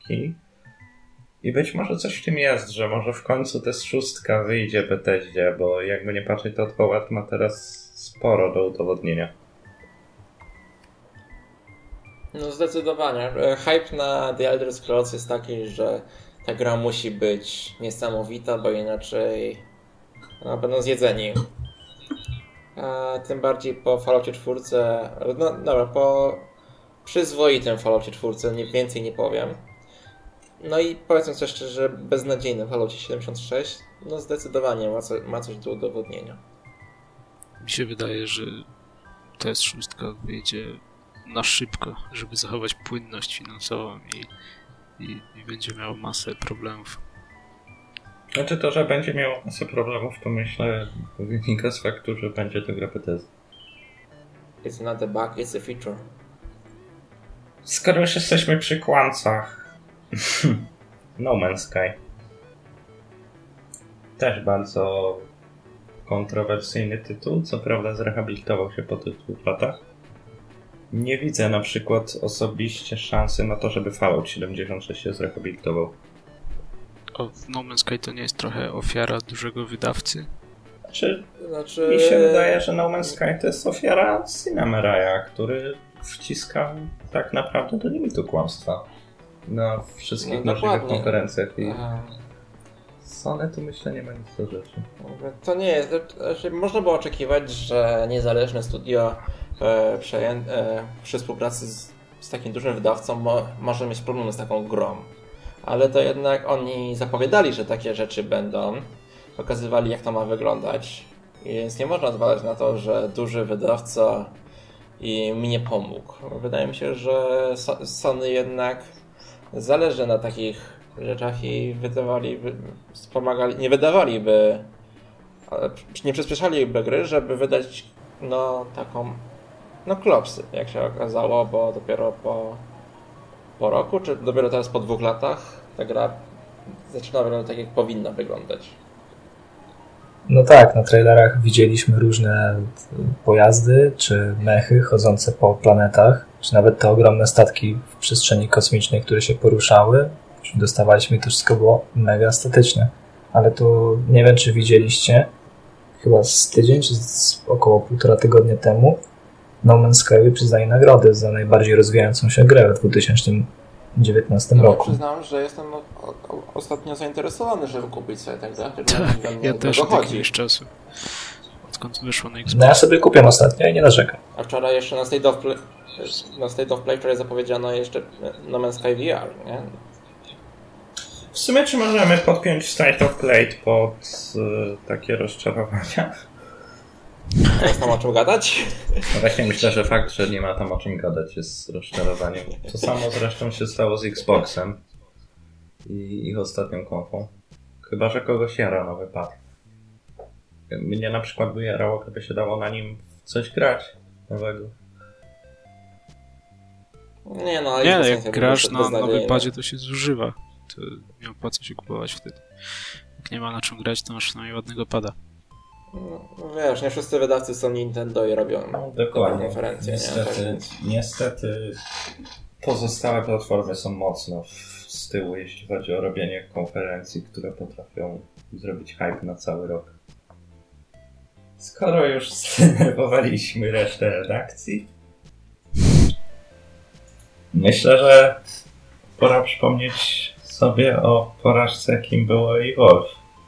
[SPEAKER 1] I być może coś w tym jest, że może w końcu test 6 wyjdzie Bethesdzie, bo jakby nie patrzeć, to Fallout ma teraz sporo do udowodnienia.
[SPEAKER 4] No zdecydowanie. Hype na The Elder Scrolls jest taki, że ta gra musi być niesamowita, bo inaczej będą zjedzeni. Tym bardziej po Falloutie 4, no dobra, po przyzwoitym Falloutie 4, więcej nie powiem. No i powiedzmy sobie szczerze, beznadziejnym Falloutie 76, no zdecydowanie ma coś do udowodnienia.
[SPEAKER 3] Mi się wydaje, że TS6 wyjdzie na szybko, żeby zachować płynność finansową i będzie miał masę problemów.
[SPEAKER 1] Znaczy to, że będzie miał masę problemów, to myślę wynika z faktu, że będzie to gra Bethesda.
[SPEAKER 4] It's not a bug, it's a feature.
[SPEAKER 1] Skoro już jesteśmy przy kłamcach. No Man's Sky. też bardzo kontrowersyjny tytuł. Co prawda zrehabilitował się po tych 2 latach. Nie widzę na przykład osobiście szansy na to, żeby Fallout 76 się zrehabilitował.
[SPEAKER 3] No Man's Sky to nie jest trochę ofiara dużego wydawcy?
[SPEAKER 1] Znaczy, mi się wydaje, że No Man's Sky to jest ofiara Cinema Raya, który wciskał tak naprawdę do limitu kłamstwa na wszystkich możliwych konferencjach i Sony tu myślę nie ma nic do rzeczy.
[SPEAKER 4] To nie jest, można było oczekiwać, że niezależne studio przy współpracy z takim dużym wydawcą może mieć problem z taką grą. Ale to jednak oni zapowiadali, że takie rzeczy będą, pokazywali jak to ma wyglądać, więc nie można zwalać na to, że duży wydawca mi nie pomógł. Wydaje mi się, że Sony jednak zależy na takich rzeczach i nie przyspieszaliby gry, żeby wydać taką klopsy, jak się okazało, bo dopiero po roku, czy dopiero teraz po 2 latach ta gra zaczyna wyglądać tak, jak powinna wyglądać.
[SPEAKER 2] No tak, na trailerach widzieliśmy różne pojazdy czy mechy chodzące po planetach, czy nawet te ogromne statki w przestrzeni kosmicznej, które się poruszały. Dostawaliśmy, to wszystko było mega statyczne. Ale tu nie wiem, czy widzieliście, chyba z tydzień, czy około 1,5 tygodnia temu No Man's Sky przyznaje nagrodę za najbardziej rozwijającą się grę w 2019 roku.
[SPEAKER 4] Przyznam, że jestem ostatnio zainteresowany, żeby kupić sobie tak grę.
[SPEAKER 3] Ja też od jakiegoś czasu. Odkąd wyszło na Xbox.
[SPEAKER 2] No ja sobie kupiłem ostatnio i nie narzekam.
[SPEAKER 4] A wczoraj jeszcze na State of Play wczoraj zapowiedziano jeszcze No Man's Sky VR, nie?
[SPEAKER 1] W sumie czy możemy podpiąć State of Play pod takie rozczarowania?
[SPEAKER 4] Jest tam o czym gadać?
[SPEAKER 1] No właśnie myślę, że fakt, że nie ma tam o czym gadać jest rozczarowaniem. To samo zresztą się stało z Xboxem i ich ostatnią konfą. Chyba że kogoś jara nowy pad. Mnie na przykład by jarało, gdyby się dało na nim coś grać nowego.
[SPEAKER 4] Nie,
[SPEAKER 3] jak grasz na nowym padzie, to się zużywa. To nie opłaca się kupować wtedy. Jak nie ma na czym grać, to masz przynajmniej ładnego pada.
[SPEAKER 4] No, wiesz, nie wszyscy wydawcy są Nintendo i robią
[SPEAKER 1] dokładnie
[SPEAKER 4] konferencje.
[SPEAKER 1] Niestety pozostałe platformy są mocno z tyłu, jeśli chodzi o robienie konferencji, które potrafią zrobić hype na cały rok. Skoro już zdenerwowaliśmy resztę redakcji, myślę, że pora przypomnieć sobie o porażce, jakim było Evolve.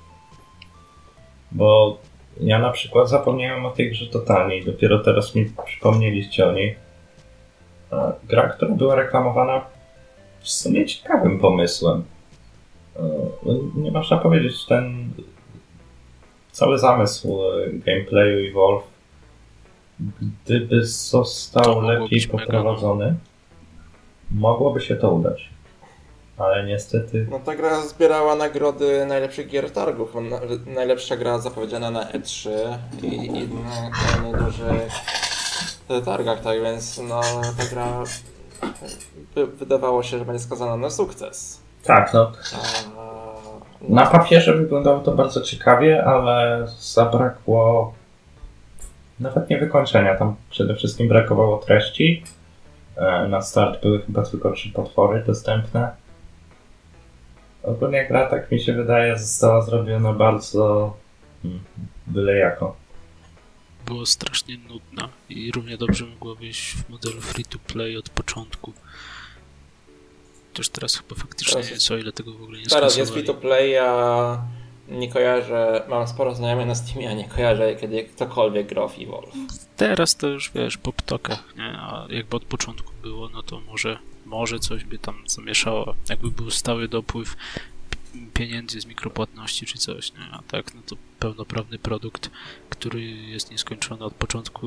[SPEAKER 1] Bo ja na przykład zapomniałem o tej grze totalnie i dopiero teraz mi przypomnieliście o niej. Gra, która była reklamowana w sumie ciekawym pomysłem. Nie można powiedzieć, ten cały zamysł gameplayu Evolve, gdyby został lepiej poprowadzony, mogłoby się to udać. Ale niestety...
[SPEAKER 4] No ta gra zbierała nagrody najlepszych gier targów. Najlepsza gra zapowiedziana na E3 i na najdużych targach, tak więc ta gra wydawało się, że będzie skazana na sukces.
[SPEAKER 1] Tak, na papierze wyglądało to bardzo ciekawie, ale zabrakło nawet nie wykończenia. Tam przede wszystkim brakowało treści. Na start były chyba tylko 3 potwory dostępne. Ogólnie gra, tak mi się wydaje, została zrobiona bardzo byle jako.
[SPEAKER 3] Było strasznie nudna i równie dobrze mogła wyjść w modelu free to play od początku. Chociaż teraz chyba faktycznie jest, o ile tego w ogóle nie skasowali.
[SPEAKER 4] Teraz jest free to play, a nie kojarzę, mam sporo znajomych na Steamie, a nie kojarzę, kiedy ktokolwiek grał w Evolve.
[SPEAKER 3] Teraz to już wiesz, po ptokach, nie? A jakby od początku było, no to może coś by tam zamieszało. Jakby był stały dopływ pieniędzy z mikropłatności czy coś, nie? A tak, no to pełnoprawny produkt, który jest nieskończony od początku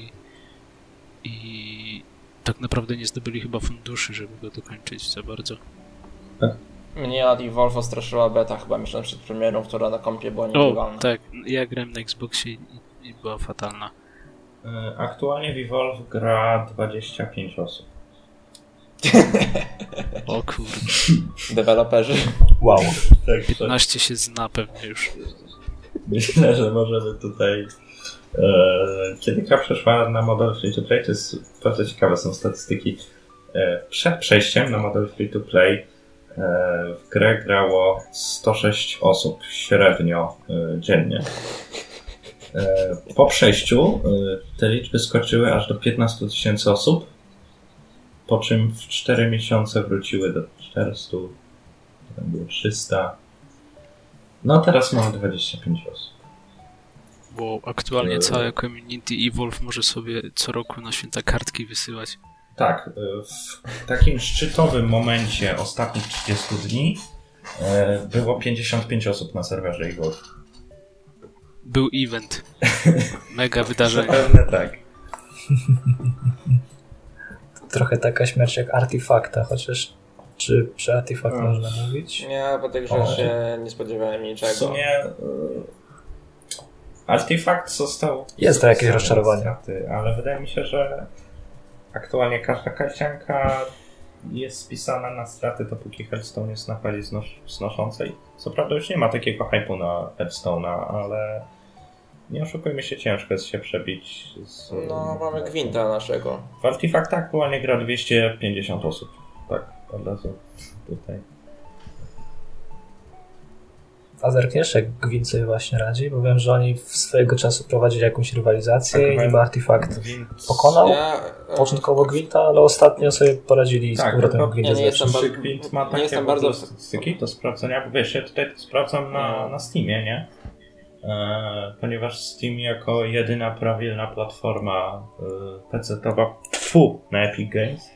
[SPEAKER 3] i tak naprawdę nie zdobyli chyba funduszy, żeby go dokończyć za bardzo.
[SPEAKER 4] Mnie od Evolve straszyła beta chyba miesiąc przed premierą, która na kompie była niegrywalna.
[SPEAKER 3] O, tak. Ja grałem na Xboxie i była fatalna.
[SPEAKER 1] Aktualnie w Evolve gra 25 osób.
[SPEAKER 3] O kurde.
[SPEAKER 4] Deweloperzy.
[SPEAKER 2] Wow.
[SPEAKER 3] 15 się zna pewnie już.
[SPEAKER 1] Myślę, że możemy tutaj... Kiedy gra przeszła na model free-to-play, to jest bardzo ciekawe, są statystyki. Przed przejściem na model free-to-play w grę grało 106 osób średnio dziennie. Po przejściu te liczby skoczyły aż do 15 000 osób, po czym w 4 miesiące wróciły do 400, potem było 300. No teraz mamy 25 osób.
[SPEAKER 3] Bo aktualnie całe community Evolve może sobie co roku na święta kartki wysyłać.
[SPEAKER 1] Tak, w takim szczytowym momencie ostatnich 30 dni było 55 osób na serwerze Evolve.
[SPEAKER 3] Był event. Mega wydarzenie.
[SPEAKER 1] Zapewne tak.
[SPEAKER 2] Trochę taka śmierć jak Artifacta, chociaż czy przy Artifact można mówić?
[SPEAKER 4] Nie, po tej grze się nie spodziewałem niczego.
[SPEAKER 1] W sumie Artifact został...
[SPEAKER 2] Jest to jakieś rozczarowanie.
[SPEAKER 1] Straty, ale wydaje mi się, że aktualnie każda karcianka jest spisana na straty, dopóki Hearthstone jest na fali znoszącej. Co prawda już nie ma takiego hype'u na Hearthstone'a, ale nie oszukujmy się, ciężko jest się przebić z...
[SPEAKER 4] No, mamy Gwinta naszego.
[SPEAKER 1] W Artifact aktualnie gra 250 osób. Tak, od razu tutaj.
[SPEAKER 2] A zerkniesz, jak Gwint sobie właśnie radzi? Bo wiem, że oni w swojego czasu prowadzili jakąś rywalizację i niby Artifact pokonał początkowo Gwinta, ale ostatnio sobie poradzili z powrotem Gwinta.
[SPEAKER 1] Czy Gwint ma takie bardzo statystyki do sprawdzenia? Bo wiesz, ja tutaj to sprawdzam na Steamie, nie? Ponieważ Steam jako jedyna prawilna platforma PC-towa na Epic Games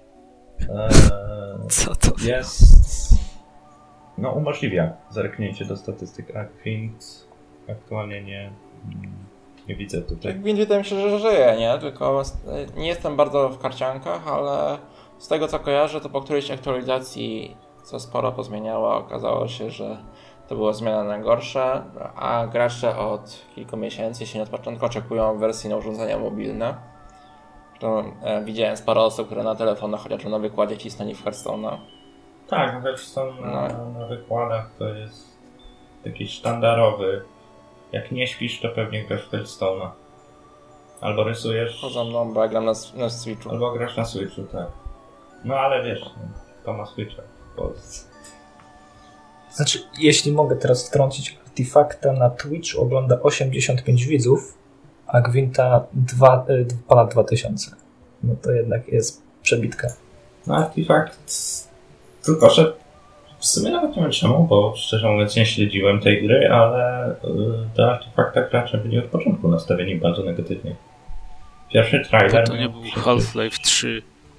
[SPEAKER 3] Co to
[SPEAKER 1] jest... No, umożliwia zerknięcie do statystyk, a Gwint aktualnie nie widzę tutaj.
[SPEAKER 4] Gwint wydaje mi się, że żyje, nie? Tylko nie jestem bardzo w karciankach, ale z tego co kojarzę, to po którejś aktualizacji, co sporo pozmieniało, okazało się, że to była zmiana na gorsze, a gracze od kilku miesięcy, jeśli nie od początku, oczekują wersji na urządzenia mobilne. To widziałem sporo osób, które na telefonach, chociaż na wykładzie cisnęli w Hearthstone'a.
[SPEAKER 1] Tak, Hearthstone na wykładach to jest taki sztandarowy. Jak nie śpisz, to pewnie grasz w Hearthstone'a. Albo rysujesz...
[SPEAKER 4] Poza mną, bo ja gram na Switchu.
[SPEAKER 1] Albo grasz na Switchu, tak. No ale wiesz, to ma Switcha w Polsce.
[SPEAKER 2] Znaczy, jeśli mogę teraz wtrącić, Artifacta na Twitch ogląda 85 widzów, a Gwinta ponad 2000. No to jednak jest przebitka.
[SPEAKER 1] No Artifact... Tylko, że w sumie nawet nie wiem czemu, bo szczerze mówiąc nie śledziłem tej gry, ale do Artifacta gracze byli od początku nastawieni bardzo negatywnie. Pierwszy trailer...
[SPEAKER 3] To nie był Half-Life 3.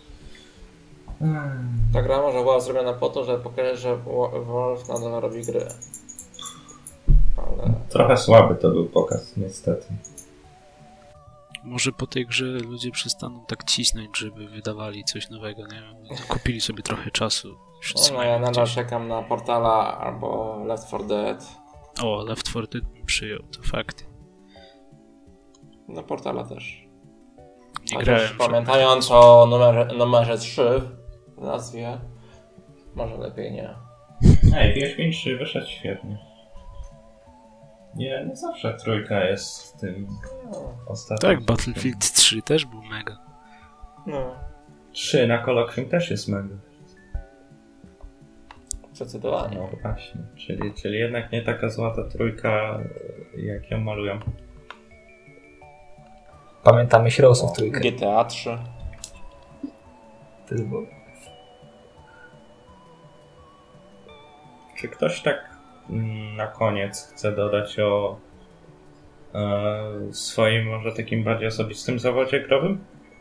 [SPEAKER 4] Ta gra może była zrobiona po to, żeby pokazać, że Valve nadal robi gry. Ale...
[SPEAKER 1] Trochę słaby to był pokaz, niestety.
[SPEAKER 3] Może po tej grze ludzie przestaną tak cisnąć, żeby wydawali coś nowego, nie wiem. Kupili sobie trochę czasu.
[SPEAKER 4] No ja nadal czekam na Portala albo Left 4 Dead.
[SPEAKER 3] O, Left 4 Dead bym przyjął, to fakt.
[SPEAKER 4] Na Portala też.
[SPEAKER 3] Nie grałem.
[SPEAKER 4] Pamiętając o numerze 3 w nazwie, może lepiej nie.
[SPEAKER 1] Ej, Wiedźmin 3 wyszedł świetnie. Nie zawsze trójka jest w tym ostatnim.
[SPEAKER 3] Tak, Battlefield 3 też był mega.
[SPEAKER 4] No.
[SPEAKER 1] 3 na kolokwium też jest mega.
[SPEAKER 4] Zdecydowanie.
[SPEAKER 1] No właśnie, czyli jednak nie taka złota trójka, jak ją malują.
[SPEAKER 2] Pamiętamy Heroesów trójkę.
[SPEAKER 4] GTA 3.
[SPEAKER 1] Czy ktoś tak na koniec chce dodać o swoim może takim bardziej osobistym zawodzie growym?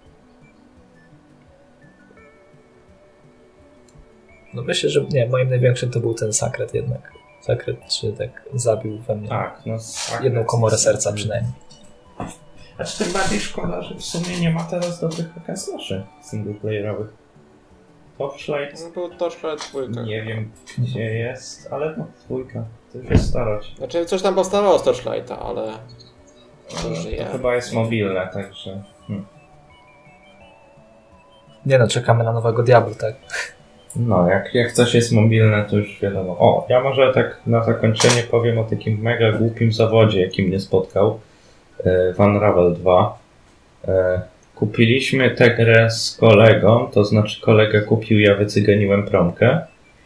[SPEAKER 2] No myślę, że nie, moim największym to był ten Sakret jednak. Sakret 3 tak zabił we mnie.
[SPEAKER 1] Tak, no Sakret
[SPEAKER 2] jedną komorę serca przynajmniej.
[SPEAKER 1] A czy tym bardziej szkoda, że w sumie nie ma teraz dobrych hack-and-slash'y singleplayerowych. Torchlight?
[SPEAKER 4] No był Torchlight 2.
[SPEAKER 1] Nie wiem gdzie jest, ale no 2. To już jest starość.
[SPEAKER 4] Znaczy coś tam powstawało z Torchlighta, ale...
[SPEAKER 1] To chyba jest mobilne, także...
[SPEAKER 2] Nie no, czekamy na nowego Diablo, tak?
[SPEAKER 1] No, jak coś jest mobilne, to już wiadomo. O, ja może tak na zakończenie powiem o takim mega głupim zawodzie, jaki mnie spotkał. W Unravel 2. Kupiliśmy tę grę z kolegą, to znaczy kolega kupił, ja wycygeniłem promkę.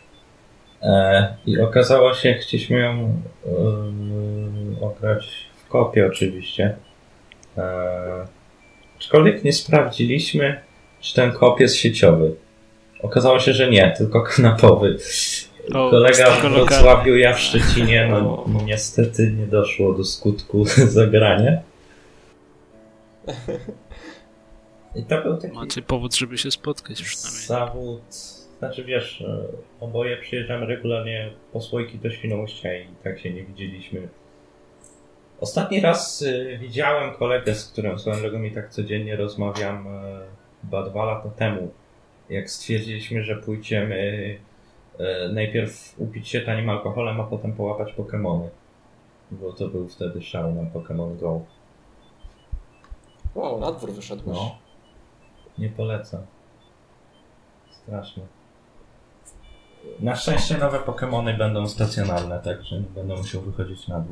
[SPEAKER 1] I okazało się, chcieliśmy ją ograć w kopie oczywiście. Aczkolwiek nie sprawdziliśmy, czy ten kop jest sieciowy. Okazało się, że nie, tylko kanapowy. Kolega w Wrocławiu, ja w Szczecinie, no niestety nie doszło do skutku zagrania. I to był taki...
[SPEAKER 3] Macie powód, żeby się spotkać przynajmniej.
[SPEAKER 1] Zawód... Znaczy wiesz, oboje przyjeżdżamy regularnie po słoiki do Świnoujścia i tak się nie widzieliśmy. Ostatni raz widziałem kolegę, z którym swoją drogą i tak codziennie rozmawiam chyba 2 lata temu. Jak stwierdziliśmy, że pójdziemy najpierw upić się tanim alkoholem, a potem połapać Pokemony. Bo to był wtedy szał na Pokémon Go.
[SPEAKER 4] Wow, na dwór wyszedłeś.
[SPEAKER 1] No. Nie polecam. Strasznie. Na szczęście nowe Pokemony będą stacjonarne, także nie będę musiał wychodzić na dół.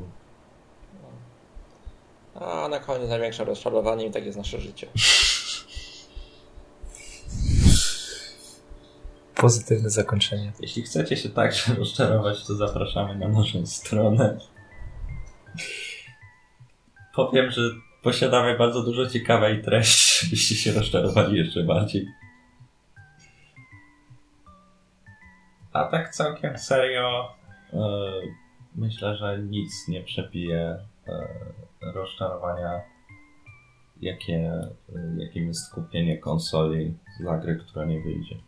[SPEAKER 4] A na koniec największe rozczarowanie i tak jest nasze życie.
[SPEAKER 2] Pozytywne zakończenie.
[SPEAKER 1] Jeśli chcecie się także rozczarować, to zapraszamy na naszą stronę. Powiem, że posiadamy bardzo dużo ciekawej treści, żebyście się rozczarowali jeszcze bardziej. A tak całkiem serio, myślę, że nic nie przebije rozczarowania, jakim jest kupienie konsoli za grę, która nie wyjdzie.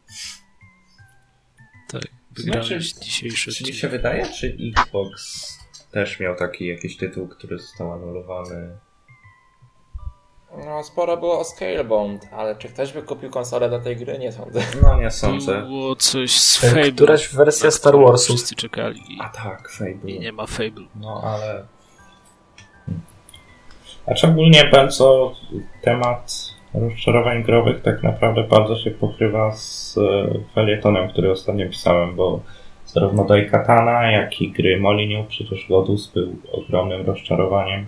[SPEAKER 3] Tak, wygrałeś dzisiejszy
[SPEAKER 1] Czy mi się wydaje, czy Xbox też miał taki jakiś tytuł, który został anulowany?
[SPEAKER 4] No, sporo było o Scalebound, ale czy ktoś by kupił konsolę do tej gry? Nie sądzę.
[SPEAKER 1] No, nie sądzę.
[SPEAKER 3] Było coś z Fable.
[SPEAKER 2] Któraś wersja Star Warsów.
[SPEAKER 3] Wszyscy czekali
[SPEAKER 1] A tak, Fable.
[SPEAKER 3] i nie ma Fable.
[SPEAKER 1] No, ale... A szczególnie bardzo temat rozczarowań growych tak naprawdę bardzo się pokrywa z felietonem, który ostatnio pisałem, bo zarówno Daikatana, jak i gry Molyneux, przecież Godus był ogromnym rozczarowaniem.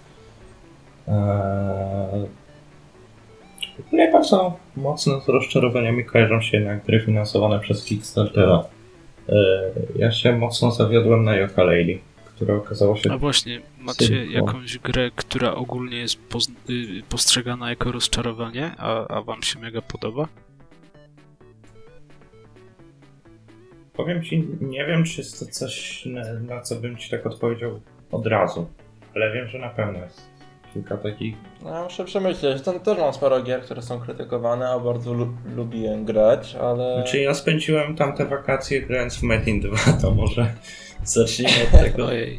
[SPEAKER 1] Nie bardzo mocno z rozczarowaniami kojarzą się jednak gry finansowane przez Kickstartera. Ja się mocno zawiodłem na Yooka-Laylee, która okazała się...
[SPEAKER 3] A właśnie, macie jakąś grę, która ogólnie jest postrzegana jako rozczarowanie, a wam się mega podoba?
[SPEAKER 1] Powiem ci, nie wiem, czy jest to coś, na co bym ci tak odpowiedział od razu, ale wiem, że na pewno jest kilka takich.
[SPEAKER 4] No, muszę przemyśleć. Też mam sporo gier, które są krytykowane, a bardzo lubię grać, ale...
[SPEAKER 1] Znaczy ja spędziłem tamte wakacje grając w Metin 2, to może zacznijmy od tego.
[SPEAKER 3] Ojej.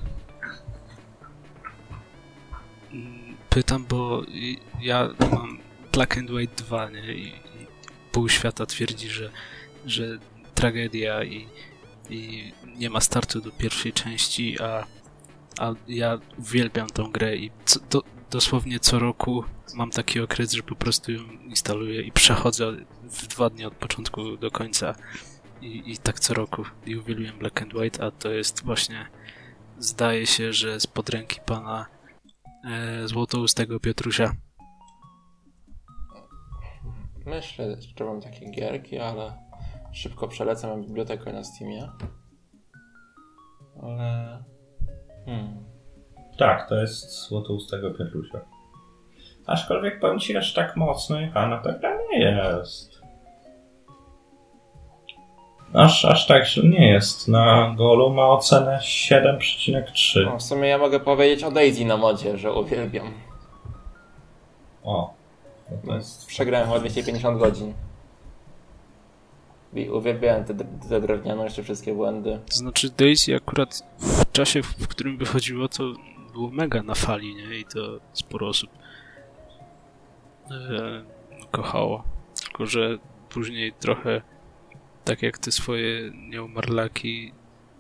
[SPEAKER 3] Pytam, bo ja mam Black and White 2, nie? I pół świata twierdzi, że tragedia i nie ma startu do pierwszej części, a ja uwielbiam tą grę i dosłownie co roku mam taki okres, że po prostu ją instaluję i przechodzę w 2 dni od początku do końca i tak co roku i uwielbiam Black and White, a to jest właśnie, zdaje się, że spod ręki pana złotoustego Piotrusia.
[SPEAKER 4] Myślę, że mam takie gierki, ale szybko przelecę, mam bibliotekę na Steamie. Ale...
[SPEAKER 1] Tak, to jest złotoustego Piotrusia. Aczkolwiek powiem ci, aż tak mocno jechana ta gra nie jest. Aż tak, że nie jest. Na Golu ma ocenę 7,3.
[SPEAKER 4] No, w sumie ja mogę powiedzieć o Daisy na modzie, że uwielbiam.
[SPEAKER 1] O. To jest...
[SPEAKER 4] Przegrałem chyba 250 godzin. I uwielbiałem tę drewnianą, jeszcze wszystkie błędy.
[SPEAKER 3] To znaczy Daisy akurat w czasie, w którym wychodziło, to było mega na fali, nie? I to sporo osób kochało. Tylko że później trochę tak jak te swoje nieumarlaki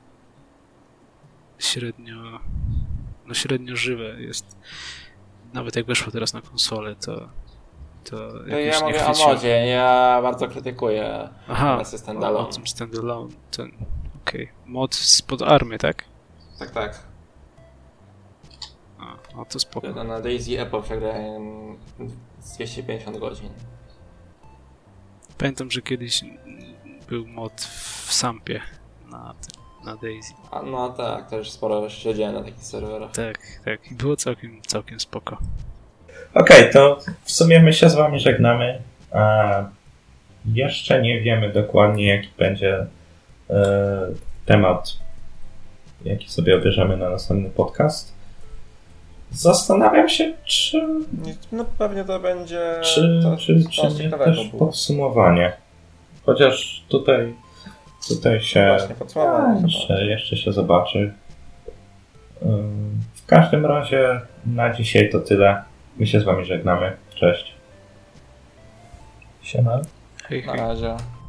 [SPEAKER 3] średnio, średnio żywe jest. Nawet jak weszło teraz na konsolę, to To
[SPEAKER 4] Ja
[SPEAKER 3] jakoś nie
[SPEAKER 4] mówię o
[SPEAKER 3] chwyciło.
[SPEAKER 4] modzie, ja bardzo krytykuję wersję
[SPEAKER 3] O
[SPEAKER 4] standalone.
[SPEAKER 3] tym standalone. Okej. Mod spod army, tak?
[SPEAKER 4] Tak.
[SPEAKER 3] A to spoko.
[SPEAKER 4] Ja na Daisy Epo przegrałem z 250 godzin.
[SPEAKER 3] Pamiętam, że kiedyś był mod w Sampie na Daisy.
[SPEAKER 4] No tak, też sporo siedziałem na takich serwerach.
[SPEAKER 3] Tak. I było całkiem spoko.
[SPEAKER 1] Okej, to w sumie my się z wami żegnamy. Jeszcze nie wiemy dokładnie, jaki będzie temat, jaki sobie obierzemy na następny podcast. Zastanawiam się, czy
[SPEAKER 4] No pewnie to będzie...
[SPEAKER 1] nie też podsumowanie. Chociaż tutaj się
[SPEAKER 4] Właśnie, podsumowanie.
[SPEAKER 1] jeszcze się zobaczy. W każdym razie na dzisiaj to tyle. My się z wami żegnamy. Cześć.
[SPEAKER 2] Siema.
[SPEAKER 3] Hej.
[SPEAKER 4] Na razie.